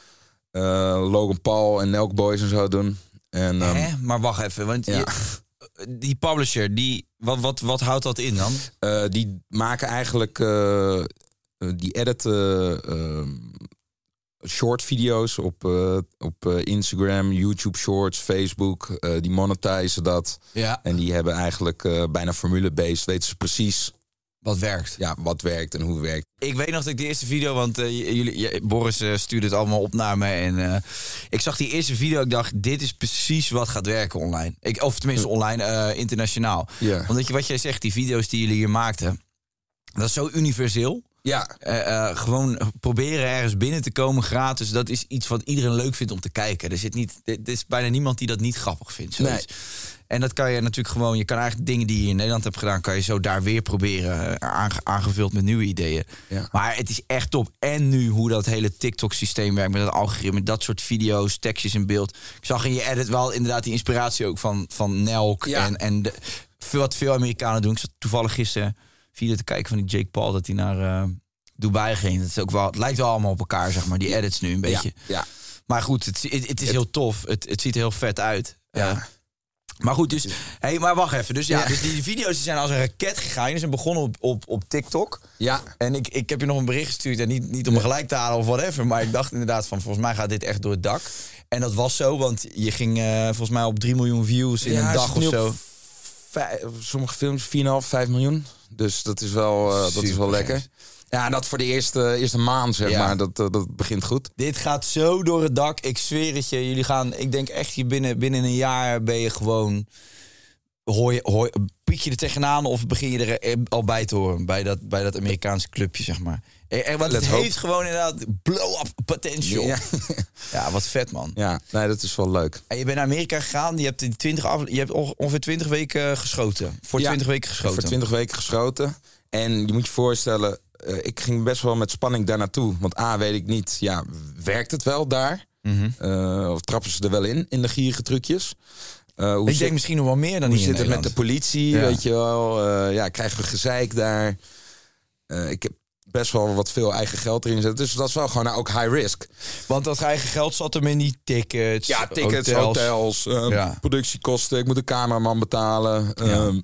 uh, Logan Paul en Nelk Boys en zo doen. En, um, Hè? Maar wacht even, want ja. je, die publisher, die, wat, wat, wat houdt dat in dan? Uh, die maken eigenlijk, uh, die editen uh, short video's op, uh, op uh, Instagram, YouTube Shorts, Facebook. Uh, die monetizen dat. Ja. En die hebben eigenlijk uh, bijna formule-based, weten ze precies wat werkt. Ja, wat werkt en hoe het werkt. Ik weet nog dat ik de eerste video, want uh, jullie, ja, Boris uh, stuurde het allemaal op naar me. En uh, ik zag die eerste video, ik dacht, dit is precies wat gaat werken online. Ik, of tenminste online, uh, internationaal. Ja. Omdat je, wat jij zegt, die video's die jullie hier maakten, dat is zo universeel. Ja. Uh, uh, gewoon proberen ergens binnen te komen gratis. Dat is iets wat iedereen leuk vindt om te kijken. Er zit niet, er is bijna niemand die dat niet grappig vindt. Zoiets. Nee. En dat kan je natuurlijk gewoon... Je kan eigenlijk dingen die je in Nederland hebt gedaan, kan je zo daar weer proberen. Aange, aangevuld met nieuwe ideeën. Ja. Maar het is echt top. En nu hoe dat hele TikTok-systeem werkt met dat algoritme. Dat soort video's, tekstjes in beeld. Ik zag in je edit wel inderdaad die inspiratie ook van, van Nelk. Ja. En, en de, wat veel Amerikanen doen. Ik zat toevallig gisteren video te kijken van die Jake Paul, dat hij naar uh, Dubai ging. Dat is ook wel, het lijkt wel allemaal op elkaar, zeg maar. Die edits nu een beetje. Ja, ja. Maar goed, het, het, het is heel tof. Het, het ziet er heel vet uit. Ja. Uh, maar goed, dus... Hey, maar wacht even. Dus ja, ja. dus die video's die zijn als een raket gegaan. Die zijn begonnen op, op, op TikTok. Ja. En ik, ik heb je nog een bericht gestuurd. En niet, niet om me gelijk te halen of whatever. Maar ik dacht inderdaad van, volgens mij gaat dit echt door het dak. En dat was zo, want je ging uh, volgens mij op drie miljoen views in ja, een dag of zo. Vijf, sommige films vier komma vijf, vijf miljoen. Dus dat is wel, uh, dat is wel lekker. Ja, en dat voor de eerste, eerste maand, zeg ja. maar. Dat, uh, dat begint goed. Dit gaat zo door het dak. Ik zweer het je. Jullie gaan, ik denk echt, je binnen, binnen een jaar ben je gewoon... Hoor je, hoor, piek je er tegenaan of begin je er al bij te horen? Bij dat, bij dat Amerikaanse clubje, zeg maar. Er, want het heeft gewoon inderdaad blow-up potential. Ja. Ja, wat vet, man. Ja, nee, dat is wel leuk. En je bent naar Amerika gegaan. Je hebt, die twintig af, je hebt ongeveer twintig weken geschoten. Voor ja, twintig weken geschoten. voor twintig weken geschoten. En je moet je voorstellen, uh, ik ging best wel met spanning daar naartoe. Want A, weet ik niet, ja, werkt het wel daar? Mm-hmm. Uh, of trappen ze er wel in, in de gierige trucjes? Uh, hoe ik zit, denk misschien nog wel meer dan hoe hier in zit het met de politie, ja. weet je wel? Uh, ja, krijgen we gezeik daar? Uh, ik heb best wel wat veel eigen geld erin zitten. Dus dat is wel gewoon nou, ook high risk. Want dat eigen geld zat hem in die tickets, ja, tickets, hotels, hotels uh, ja. productiekosten. Ik moet een cameraman betalen. Ja. Uh,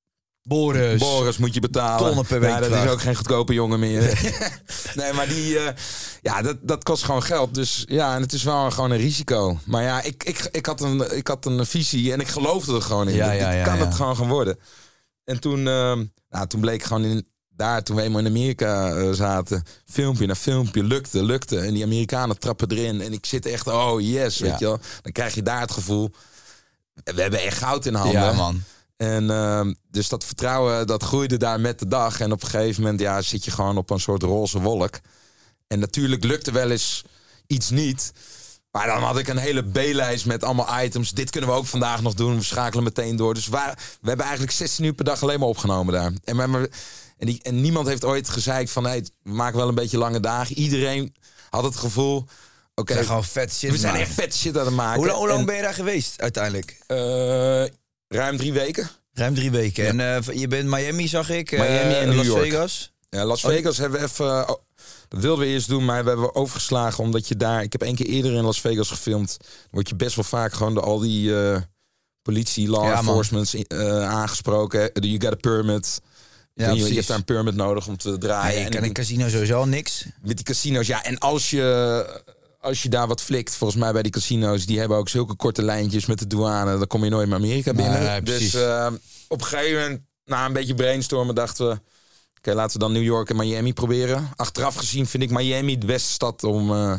Boris. Boris moet je betalen. Tonnen per week. Ja, dat is ook geen goedkope jongen meer. Nee, maar die, uh, ja, dat, dat kost gewoon geld. Dus ja, en het is wel gewoon een risico. Maar ja, ik, ik, ik, had, een, ik had een visie en ik geloofde er gewoon in. Ja, dit ja, ja, kan ja. het gewoon gaan worden. En toen, uh, nou, toen bleek gewoon in, daar, toen we eenmaal in Amerika uh, zaten, filmpje na filmpje, lukte, lukte. En die Amerikanen trappen erin. En ik zit echt, oh yes, ja. weet je wel. Dan krijg je daar het gevoel, we hebben echt goud in handen. Ja, man. En uh, dus dat vertrouwen, dat groeide daar met de dag. En op een gegeven moment ja, zit je gewoon op een soort roze wolk. En natuurlijk lukte wel eens iets niet. Maar dan had ik een hele B-lijst met allemaal items. Dit kunnen we ook vandaag nog doen. We schakelen meteen door. Dus we, we hebben eigenlijk zestien uur per dag alleen maar opgenomen daar. En, maar, en, die, en niemand heeft ooit gezeikt van... Hey, we maken wel een beetje lange dagen. Iedereen had het gevoel... Oké, okay, we zijn gewoon vet shit We zijn echt vet shit aan het maken. Hoe lang, hoe lang en, ben je daar geweest uiteindelijk? Uh, ruim drie weken. Ruim drie weken. Ja. En uh, je bent Miami, zag ik. Miami en uh, New Las York. Vegas. Ja, Las Vegas oh. hebben we even... Uh, dat wilden we eerst doen, maar we hebben overgeslagen. Omdat je daar... Ik heb één keer eerder in Las Vegas gefilmd. Dan word je best wel vaak gewoon door al die uh, politie, law ja, enforcement uh, aangesproken. You got a permit. Ja, je, precies. je hebt daar een permit nodig om te draaien. Nee, je en kan in ik- casino sowieso al niks. met die casino's, ja. En als je, als je daar wat flikt, volgens mij bij die casino's, die hebben ook zulke korte lijntjes met de douane. Dan kom je nooit meer Amerika binnen. Nee, nee, precies. dus uh, op een gegeven moment, na een beetje brainstormen, dachten we, oké, okay, laten we dan New York en Miami proberen. Achteraf gezien vind ik Miami de beste stad om, uh,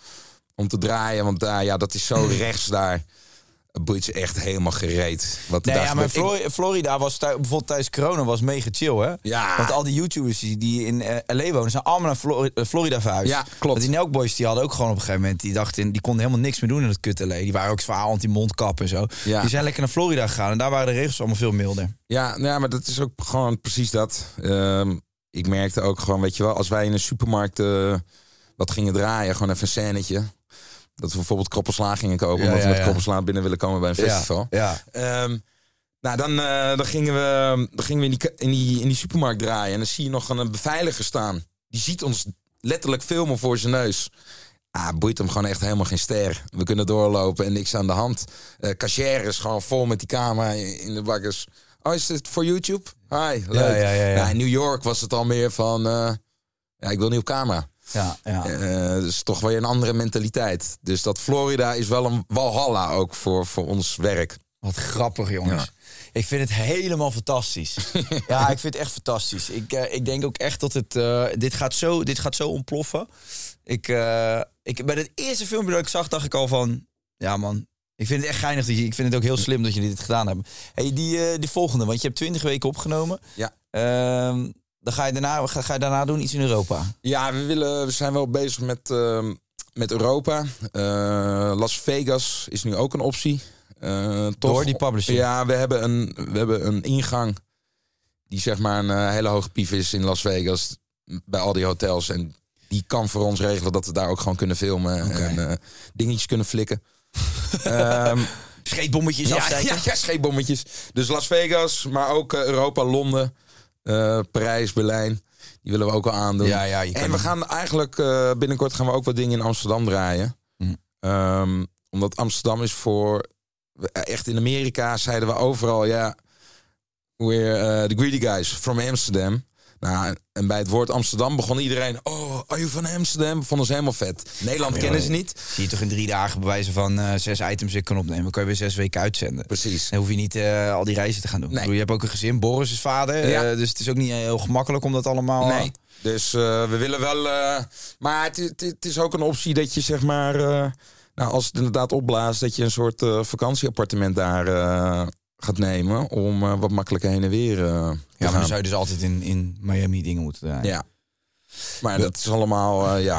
om te draaien. Want daar, uh, ja, dat is zo rechts daar. Het boeit ze echt helemaal gereed. Wat Nee, daar ja, maar gebeurt. Flor- Florida was thu- bijvoorbeeld tijdens corona was mega chill, hè? Ja. Want al die YouTubers die, die in uh, L A wonen, zijn allemaal naar Flor- uh, Florida verhuisd. Ja, klopt. Want die Nelkboys die hadden ook gewoon op een gegeven moment, die dachten, die konden helemaal niks meer doen in het kut L A. Die waren ook zwaar anti-mondkap en zo. Ja. Die zijn lekker naar Florida gegaan en daar waren de regels allemaal veel milder. Ja, ja, maar dat is ook gewoon precies dat. Um, ik merkte ook gewoon, weet je wel, als wij in een supermarkt uh, wat gingen draaien, gewoon even een scènetje. Dat we bijvoorbeeld kroppelsla gingen kopen, Ja, omdat ja, we met ja. kroppelsla binnen willen komen bij een festival. Ja, Um, nou, dan, uh, dan gingen we, dan gingen we in, die, in, die, in die supermarkt draaien. En dan zie je nog een beveiliger staan. Die ziet ons letterlijk filmen voor zijn neus. Ah, boeit hem gewoon echt helemaal geen ster. We kunnen doorlopen en niks aan de hand. Uh, Cashiers gewoon vol met die camera in de bakkers. Oh, is dit voor YouTube? Hi, leuk. Ja, ja, ja, ja. Nou, in New York was het al meer van, uh, ja, ik wil niet op camera. ja, ja. Uh, dus toch weer een andere mentaliteit. Dus dat Florida is wel een walhalla ook voor, voor ons werk. Wat grappig, jongens. Ja. Ik vind het helemaal fantastisch. Ja, ik vind het echt fantastisch. Ik, uh, ik denk ook echt dat het... Uh, dit, gaat zo, dit gaat zo ontploffen. Ik, uh, ik, bij het eerste filmpje dat ik zag, dacht ik al van... Ja, man. Ik vind het echt geinig. Dat je, ik vind het ook heel slim dat jullie dit gedaan hebben. Hey, die, uh, die volgende, want je hebt twintig weken opgenomen. Ja. Uh, dan ga je, daarna, ga, ga je daarna doen iets in Europa. Ja, we, willen, we zijn wel bezig met, uh, met Europa. Uh, Las Vegas is nu ook een optie. Uh, toch, Door die publishing? Ja, we hebben, een, we hebben een ingang die zeg maar een uh, hele hoge pief is in Las Vegas. Bij al die hotels. En die kan voor ons regelen dat we daar ook gewoon kunnen filmen. Okay. En uh, dingetjes kunnen flikken. um, Scheetbommetjes ja, afsteken? Ja, ja, scheetbommetjes. Dus Las Vegas, maar ook uh, Europa, Londen, uh, Parijs, Berlijn. Die willen we ook al aandoen. Ja, ja, je kan en we gaan eigenlijk uh, binnenkort gaan we ook wat dingen in Amsterdam draaien. Hm. Um, omdat Amsterdam is voor... Echt in Amerika zeiden we overal, ja... We're uh, the greedy guys from Amsterdam. Nou, en bij het woord Amsterdam begon iedereen... Oh, are you van Amsterdam? Vonden ze helemaal vet. Nederland ja, kennen ze niet. Zie je toch in drie dagen bewijzen van uh, zes items ik kan opnemen. Dan kan je weer zes weken uitzenden. Precies. Dan hoef je niet uh, al die reizen te gaan doen. Nee. Bedoel, je hebt ook een gezin, Boris is vader. Ja. Uh, dus het is ook niet heel gemakkelijk om dat allemaal... Nee, dus uh, we willen wel... Uh, maar het, het, het is ook een optie dat je zeg maar... Uh, nou, als het inderdaad opblaast... dat je een soort uh, vakantieappartement daar... Uh, gaat nemen om uh, wat makkelijker heen en weer uh, te ja, maar gaan. dan zou je dus altijd in, in Miami dingen moeten draaien. Ja, maar dat is allemaal, uh, ja,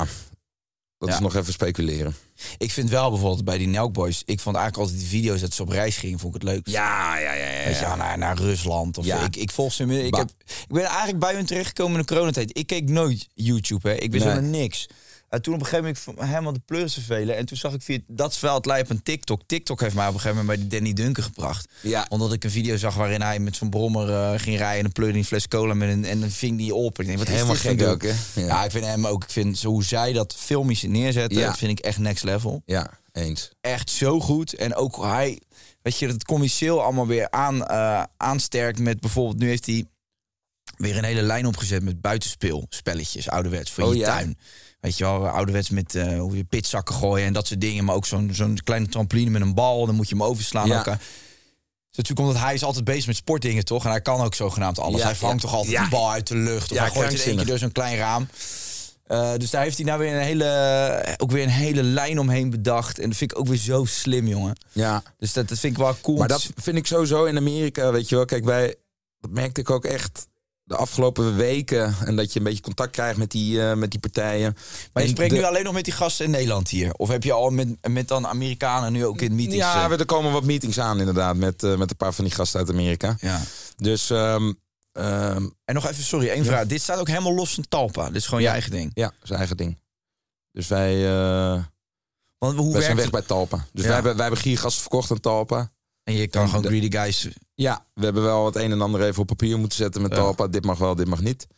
dat ja. is nog even speculeren. Ik vind wel bijvoorbeeld bij die Nelkboys, ik vond eigenlijk altijd die video's dat ze op reis gingen, vond ik het leuk. Ja, ja, ja, ja. Weet je, ja, naar, naar Rusland of ja. ik, ik volg ze. Ik, heb, ik ben eigenlijk bij hun terechtgekomen in de coronatijd. Ik keek nooit YouTube, hè. Ik wist helemaal nee. niks. En toen op een gegeven moment helemaal de pleurs vervelen. En toen zag ik via dat veld lijp een TikTok. TikTok heeft mij op een gegeven moment bij die Danny Duncan gebracht. Ja. Omdat ik een video zag waarin hij met zo'n brommer uh, ging rijden... en een pleurde een fles cola met een, en dan ving die op. En ik denk, wat helemaal is dit gek ook, hè? Ja. ja, ik vind hem ook... Ik vind zo hoe zij dat filmisch neerzetten, ja. dat vind ik echt next level. Ja, eens. Echt zo goed. En ook hij... Weet je, dat het commercieel allemaal weer aan, uh, aansterkt met bijvoorbeeld... Nu heeft hij weer een hele lijn opgezet met buitenspelspelletjes, ouderwets, voor oh, je ja? tuin. Weet je wel, ouderwets met uh, hoe je pitzakken gooien en dat soort dingen. Maar ook zo'n zo'n kleine trampoline met een bal. Dan moet je hem overslaan. Ja. Elkaar. Dus natuurlijk omdat hij is altijd bezig met sportdingen, toch? En hij kan ook zogenaamd alles. Ja, hij vangt ja. toch altijd Ja. een bal uit de lucht. Of Ja, hij gooit in één keer door zo'n klein raam. Uh, dus daar heeft hij nou weer een hele, ook weer een hele lijn omheen bedacht. En dat vind ik ook weer zo slim, jongen. Ja. Dus dat, dat vind ik wel cool. Maar dat vind ik sowieso in Amerika, weet je wel. Kijk, wij, dat merkte ik ook echt de afgelopen weken. En dat je een beetje contact krijgt met die, uh, met die partijen. Maar je en spreekt de... nu alleen nog met die gasten in Nederland hier? Of heb je al met, met dan Amerikanen nu ook in meetings? Ja, er komen wat meetings aan inderdaad. Met, uh, met een paar van die gasten uit Amerika. Ja. Dus... Um, um, en nog even, sorry, één ja. vraag. Dit staat ook helemaal los van Talpa. Dit is gewoon ja. je eigen ding. Ja, zijn eigen ding. Dus wij... Uh, Want hoe wij zijn weg het? bij Talpa. Dus ja. wij, hebben, wij hebben giergasten verkocht aan Talpa. En je kan en gewoon de, greedy guys... Ja, we hebben wel het een en ander even op papier moeten zetten met ja. Talpa. Dit mag wel, dit mag niet.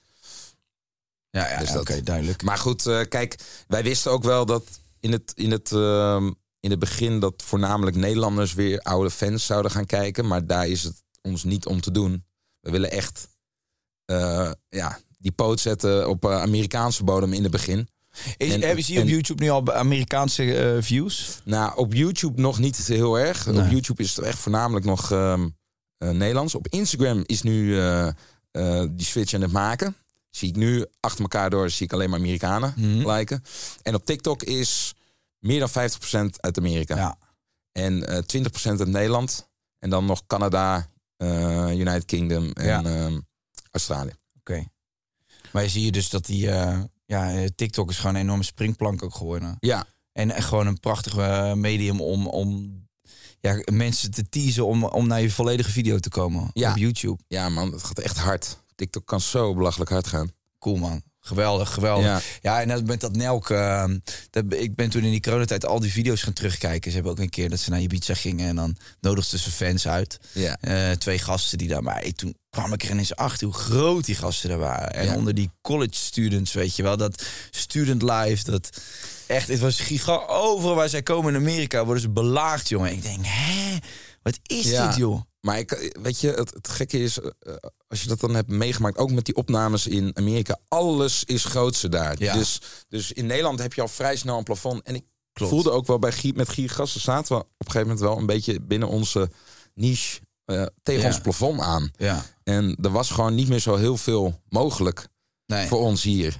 Ja, ja, dus ja oké, okay, duidelijk. Maar goed, uh, kijk, wij wisten ook wel dat in het, in, het, uh, in het begin... dat voornamelijk Nederlanders weer oude fans zouden gaan kijken. Maar daar is het ons niet om te doen. We willen echt uh, ja, die poot zetten op uh, Amerikaanse bodem in het begin. Is, en, hebben ze hier en, op YouTube nu al Amerikaanse uh, views? Nou, op YouTube nog niet heel erg. Nee. Op YouTube is het echt voornamelijk nog um, uh, Nederlands. Op Instagram is nu uh, uh, die switch aan het maken. Zie ik nu achter elkaar door, zie ik alleen maar Amerikanen mm-hmm. lijken. En op TikTok is meer dan vijftig procent uit Amerika. Ja. En uh, twintig procent uit Nederland. En dan nog Canada, uh, United Kingdom en ja. um, Australië. Oké. Okay. Maar je zie je dus dat die... Uh, ja, TikTok is gewoon een enorme springplank ook geworden. Ja. En, en gewoon een prachtig uh, medium om, om ja, mensen te teasen om, om naar je volledige video te komen ja. op YouTube. Ja man, het gaat echt hard. TikTok kan zo belachelijk hard gaan. Cool man. Geweldig, geweldig. Ja, ja en dat, met dat Nelk... Uh, dat, ik ben toen in die coronatijd al die video's gaan terugkijken. Ze hebben ook een keer dat ze naar Ibiza gingen... en dan nodigden ze fans uit. Ja. Uh, twee gasten die daar... Maar toen kwam ik er ineens achter hoe groot die gasten daar waren. En ja. onder die college students, weet je wel. Dat student life, dat... Echt, het was gigantisch. Overal waar zij komen in Amerika worden ze belaagd, jongen. Ik denk, hè? Wat is ja. dit, joh? Maar ik, weet je, het, het gekke is, uh, als je dat dan hebt meegemaakt, ook met die opnames in Amerika, alles is grootste daar. Ja. Dus, dus in Nederland heb je al vrij snel een plafond. En ik Klopt. voelde ook wel bij Gier, met Giergassen zaten we op een gegeven moment wel een beetje binnen onze niche uh, tegen ja. ons plafond aan. Ja. En er was gewoon niet meer zo heel veel mogelijk nee. voor ons hier.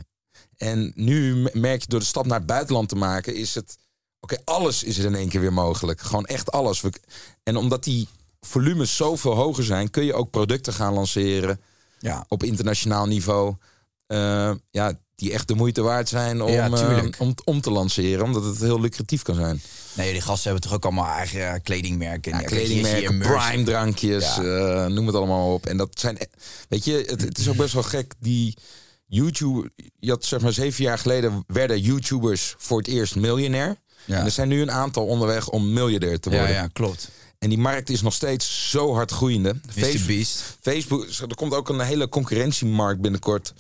En nu merk je door de stap naar het buitenland te maken, is het, oké, okay, alles is er in één keer weer mogelijk. Gewoon echt alles. En omdat die volumes zoveel hoger zijn, kun je ook producten gaan lanceren ja. op internationaal niveau. Uh, ja, die echt de moeite waard zijn om, ja, uh, om, om te lanceren, omdat het heel lucratief kan zijn. Nee, die gasten hebben toch ook allemaal eigen uh, kledingmerken. Ja, kledingmerken, prime drankjes, ja. uh, noem het allemaal op. En dat zijn, weet je, het, het is ook best wel gek. Die YouTube, je had zeg maar zeven jaar geleden werden YouTubers voor het eerst miljonair. Ja. En er zijn nu een aantal onderweg om miljardair te worden. Ja, ja, klopt. En die markt is nog steeds zo hard groeiende. Facebook, Facebook, er komt ook een hele concurrentiemarkt binnenkort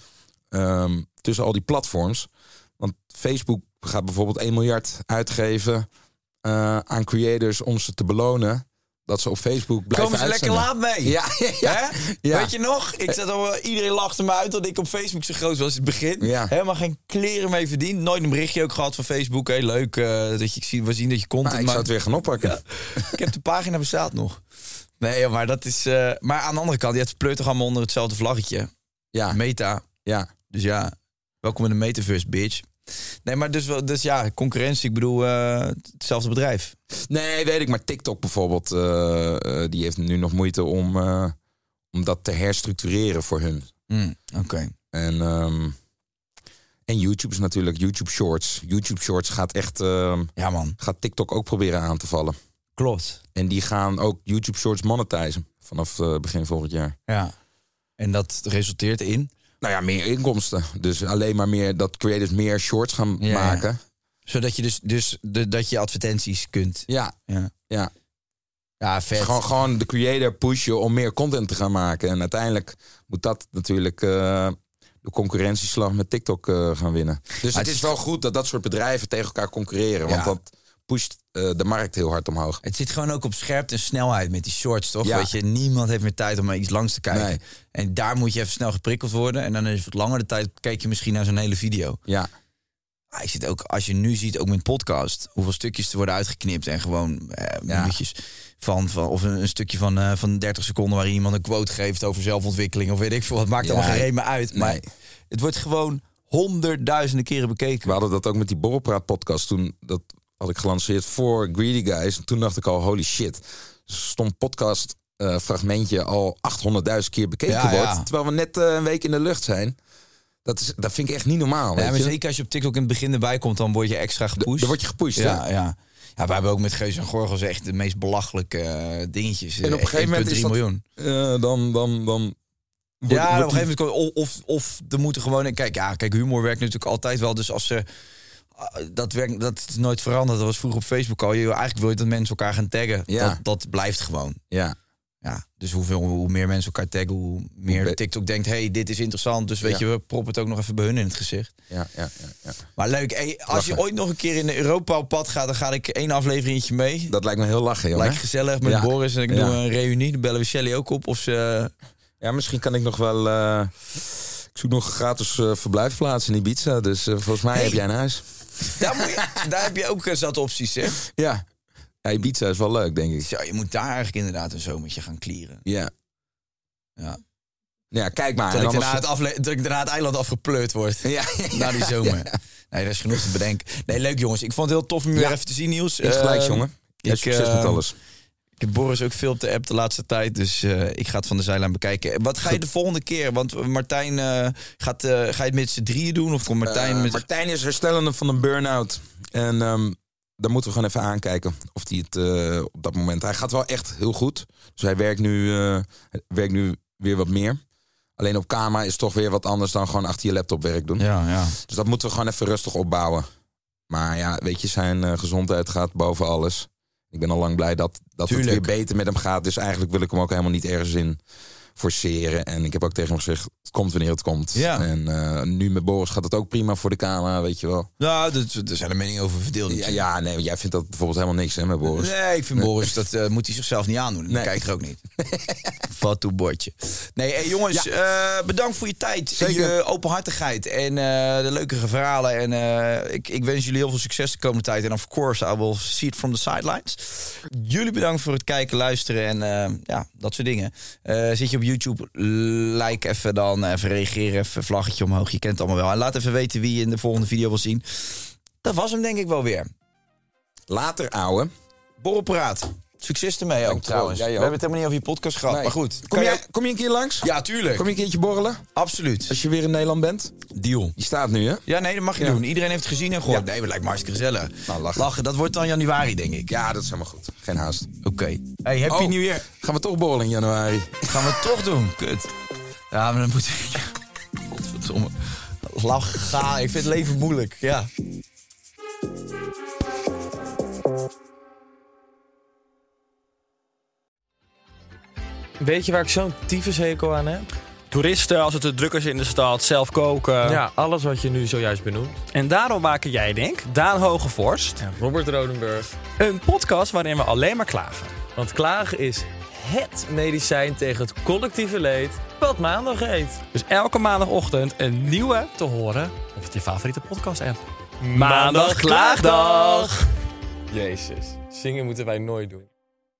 um, tussen al die platforms. Want Facebook gaat bijvoorbeeld één miljard uitgeven uh, aan creators om ze te belonen dat ze op Facebook blijven Komen ze uitzenden. lekker laat mee. Ja, ja, ja. ja. Weet je nog? Ik zat al, iedereen lachte me uit dat ik op Facebook zo groot was in het begin. Ja. Helemaal geen kleren mee verdiend. Nooit een berichtje ook gehad van Facebook. Hey, leuk uh, dat je zie, we zien dat je content nou, ik maakt. zou het weer gaan oppakken. Ja. Ik heb de pagina bestaat nog. Nee, maar dat is... Uh, maar aan de andere kant, je hebt pleurt toch allemaal onder hetzelfde vlaggetje. Ja. Meta. Ja. Dus ja, welkom in de metaverse, bitch. Nee, maar dus, dus ja, concurrentie. Ik bedoel, uh, hetzelfde bedrijf. Nee, weet ik. Maar TikTok bijvoorbeeld, uh, uh, die heeft nu nog moeite om, uh, om dat te herstructureren voor hun. Mm, Oké. Okay. En, um, en YouTube is natuurlijk YouTube Shorts. YouTube Shorts gaat echt, uh, ja man, gaat TikTok ook proberen aan te vallen. Klopt. En die gaan ook YouTube Shorts monetizen vanaf uh, begin volgend jaar. Ja. En dat resulteert in? Nou ja, meer inkomsten. Dus alleen maar meer dat creators meer shorts gaan ja, maken. Ja. Zodat je dus, dus de, dat je advertenties kunt. Ja, ja, ja. ja vet. Dus gewoon, gewoon de creator pushen om meer content te gaan maken. En uiteindelijk moet dat natuurlijk uh, de concurrentieslag met TikTok uh, gaan winnen. Dus maar het is wel goed dat dat soort bedrijven tegen elkaar concurreren. Ja. Want dat pusht uh, de markt heel hard omhoog. Het zit gewoon ook op scherpte en snelheid met die shorts, toch? Ja. Weet je, niemand heeft meer tijd om naar iets langs te kijken. Nee. En daar moet je even snel geprikkeld worden. En dan is het wat langer de tijd, kijk je misschien naar zo'n hele video. Ja. Ah, ik zit ook, als je nu ziet, ook met podcast, hoeveel stukjes er worden uitgeknipt en gewoon eh, ja. minuutjes van, van of een, een stukje van, uh, van dertig seconden waarin iemand een quote geeft over zelfontwikkeling of weet ik veel. Het maakt ja. allemaal geen reden uit. Nee. Maar het wordt gewoon honderdduizenden keren bekeken. We hadden dat ook met die Borrelpraat podcast toen. Dat had ik gelanceerd voor Greedy Guys. En toen dacht ik al, holy shit. Stond podcast uh, fragmentje al achthonderdduizend keer bekeken ja, wordt. Ja. Terwijl we net uh, een week in de lucht zijn. Dat, is, dat vind ik echt niet normaal. Ja, weet maar je? zeker als je op TikTok in het begin erbij komt, dan word je extra gepusht. Dan word je gepusht, ja, hè? ja. Ja, we hebben ook met Geus en Gorgels echt de meest belachelijke uh, dingetjes. En op een gegeven moment is dat, miljoen. Uh, dan, dan, dan wordt, ja, wordt op een gegeven moment of, of er moeten gewoon. Kijk, ja, kijk, humor werkt natuurlijk altijd wel. Dus als ze uh, dat werkt, dat is nooit veranderd. Dat was vroeger op Facebook al. Je, eigenlijk wil je dat mensen elkaar gaan taggen. Ja. Dat, dat blijft gewoon. Ja. Ja, dus hoeveel, hoe meer mensen elkaar taggen, hoe meer hoe TikTok denkt, hey, dit is interessant. Dus weet ja. je, we proppen het ook nog even bij hun in het gezicht. Ja, ja, ja, ja. Maar leuk, hey, als je ooit nog een keer in de Europa op pad gaat, dan ga ik één afleveringetje mee. Dat lijkt me heel lachen, jongen. Lijkt gezellig met ja. Boris en ik ja. doe een reunie. Dan bellen we Shelly ook op of ze Ja, misschien kan ik nog wel... Uh, ik zoek nog een gratis uh, verblijfplaats in Ibiza. Dus uh, volgens mij hey. heb jij een huis. Daar, moet je, daar heb je ook uh, zat opties, hè? Ja. ja, Ibiza is wel leuk, denk ik. Ja, je moet daar eigenlijk inderdaad een zomertje gaan clearen. Ja. Ja. Ja, kijk maar. Dat ik, daarna het afle- dat ik daarna het eiland afgepleurd word. Ja, ja, ja, na die zomer. Ja. Nee, dat is genoeg te bedenken. Nee, leuk jongens. Ik vond het heel tof om je ja. weer even te zien, Niels. Is gelijk, uh, jongen. Ja, ik, succes uh, met alles. Ik heb Boris ook veel op de app de laatste tijd. Dus uh, ik ga het van de zijlijn bekijken. Wat ga je de volgende keer? Want Martijn, uh, gaat, uh, ga je het met z'n drieën doen? Of komt Martijn uh, met... Martijn is herstellende van een burn-out. En um, dan moeten we gewoon even aankijken of hij het uh, op dat moment... Hij gaat wel echt heel goed. Dus hij werkt nu, uh, werkt nu weer wat meer. Alleen op kamer is toch weer wat anders dan gewoon achter je laptop werk doen. Ja, ja. Dus dat moeten we gewoon even rustig opbouwen. Maar ja, weet je, zijn uh, gezondheid gaat boven alles. Ik ben al lang blij dat, dat het weer beter met hem gaat. Dus eigenlijk wil ik hem ook helemaal niet ergens in forceren. En ik heb ook tegen hem gezegd, het komt wanneer het komt. Ja. En uh, nu met Boris gaat het ook prima voor de camera, weet je wel. Nou, er zijn er meningen over verdeeld. Ja, ja, nee, jij vindt dat bijvoorbeeld helemaal niks, hè, met Boris? Nee, ik vind nee. Boris, dat uh, moet hij zichzelf niet aandoen. Nee. Kijk er ook niet. Vat toe bordje. Nee, hey, jongens, ja. uh, bedankt voor je tijd. Zeker. Je openhartigheid en uh, de leuke verhalen. En uh, ik, ik wens jullie heel veel succes de komende tijd. En of course, I will see it from the sidelines. Jullie bedankt voor het kijken, luisteren en uh, ja, dat soort dingen. Uh, zit je op YouTube, like even dan, even reageren, even vlaggetje omhoog. Je kent het allemaal wel. En laat even weten wie je in de volgende video wil zien. Dat was hem denk ik wel weer. Later, ouwe. Borrelpraat. Succes ermee ook trouwens. Ja, we hebben het helemaal niet over je podcast gehad, nee. maar goed. Kom je, kom je een keer langs? Ja, tuurlijk. Kom je een keertje borrelen? Absoluut. Als je weer in Nederland bent? Deal. Die staat nu, hè? Ja, nee, dat mag je ja. doen. Iedereen heeft het gezien en gehoord. Ja. Nee, het lijkt me hartstikke gezellig. Nou, lachen. lachen. Dat wordt dan januari, denk ik. Ja, dat is helemaal goed. Geen haast. Oké. Okay. Hey, happy oh, New Year. Gaan we toch borrelen in januari? Gaan we het toch doen? Kut. Ja, maar dan moet ik... Godverdomme. Lachen. Ik vind het leven moeilijk, ja. Weet je waar ik zo'n tyfushekel aan heb? Toeristen, als het te druk is in de stad, zelf koken. Ja, alles wat je nu zojuist benoemt. En daarom maken jij, denk Daan Hogevorst en Robert Rodenburg een podcast waarin we alleen maar klagen. Want klagen is het medicijn tegen het collectieve leed wat maandag heet. Dus elke maandagochtend een nieuwe te horen op je favoriete podcast-app. Maandag Klaagdag! Jezus, zingen moeten wij nooit doen.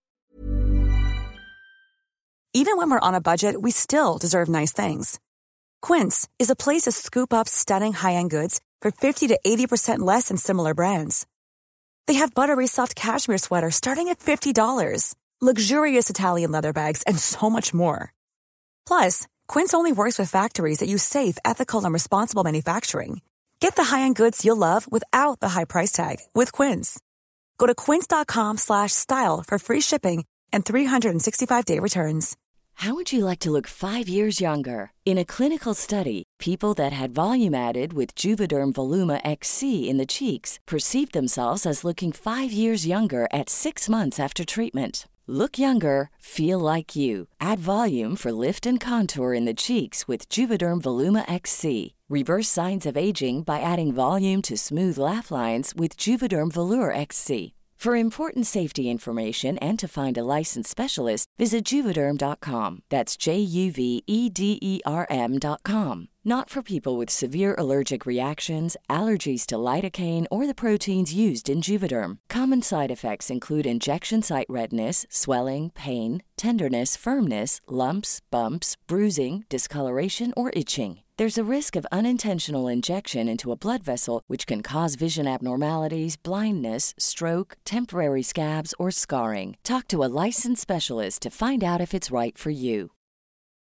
Even when we're on a budget, we still deserve nice things. Quince is a place to scoop up stunning high-end goods for fifty to eighty percent less than similar brands. They have buttery soft cashmere sweaters starting at fifty dollars, luxurious Italian leather bags, and so much more. Plus, Quince only works with factories that use safe, ethical, and responsible manufacturing. Get the high-end goods you'll love without the high price tag with Quince. Go to quince.com slash style for free shipping and three sixty-five day returns. How would you like to look five years younger? In a clinical study, people that had volume added with Juvederm Voluma X C in the cheeks perceived themselves as looking five years younger at six months after treatment. Look younger, feel like you. Add volume for lift and contour in the cheeks with Juvederm Voluma X C. Reverse signs of aging by adding volume to smooth laugh lines with Juvederm Volure X C. For important safety information and to find a licensed specialist, visit Juvederm dot com. That's J U V E D E R M dot com. Not for people with severe allergic reactions, allergies to lidocaine, or the proteins used in Juvederm. Common side effects include injection site redness, swelling, pain, tenderness, firmness, lumps, bumps, bruising, discoloration, or itching. There's a risk of unintentional injection into a blood vessel, which can cause vision abnormalities, blindness, stroke, temporary scabs, or scarring. Talk to a licensed specialist to find out if it's right for you.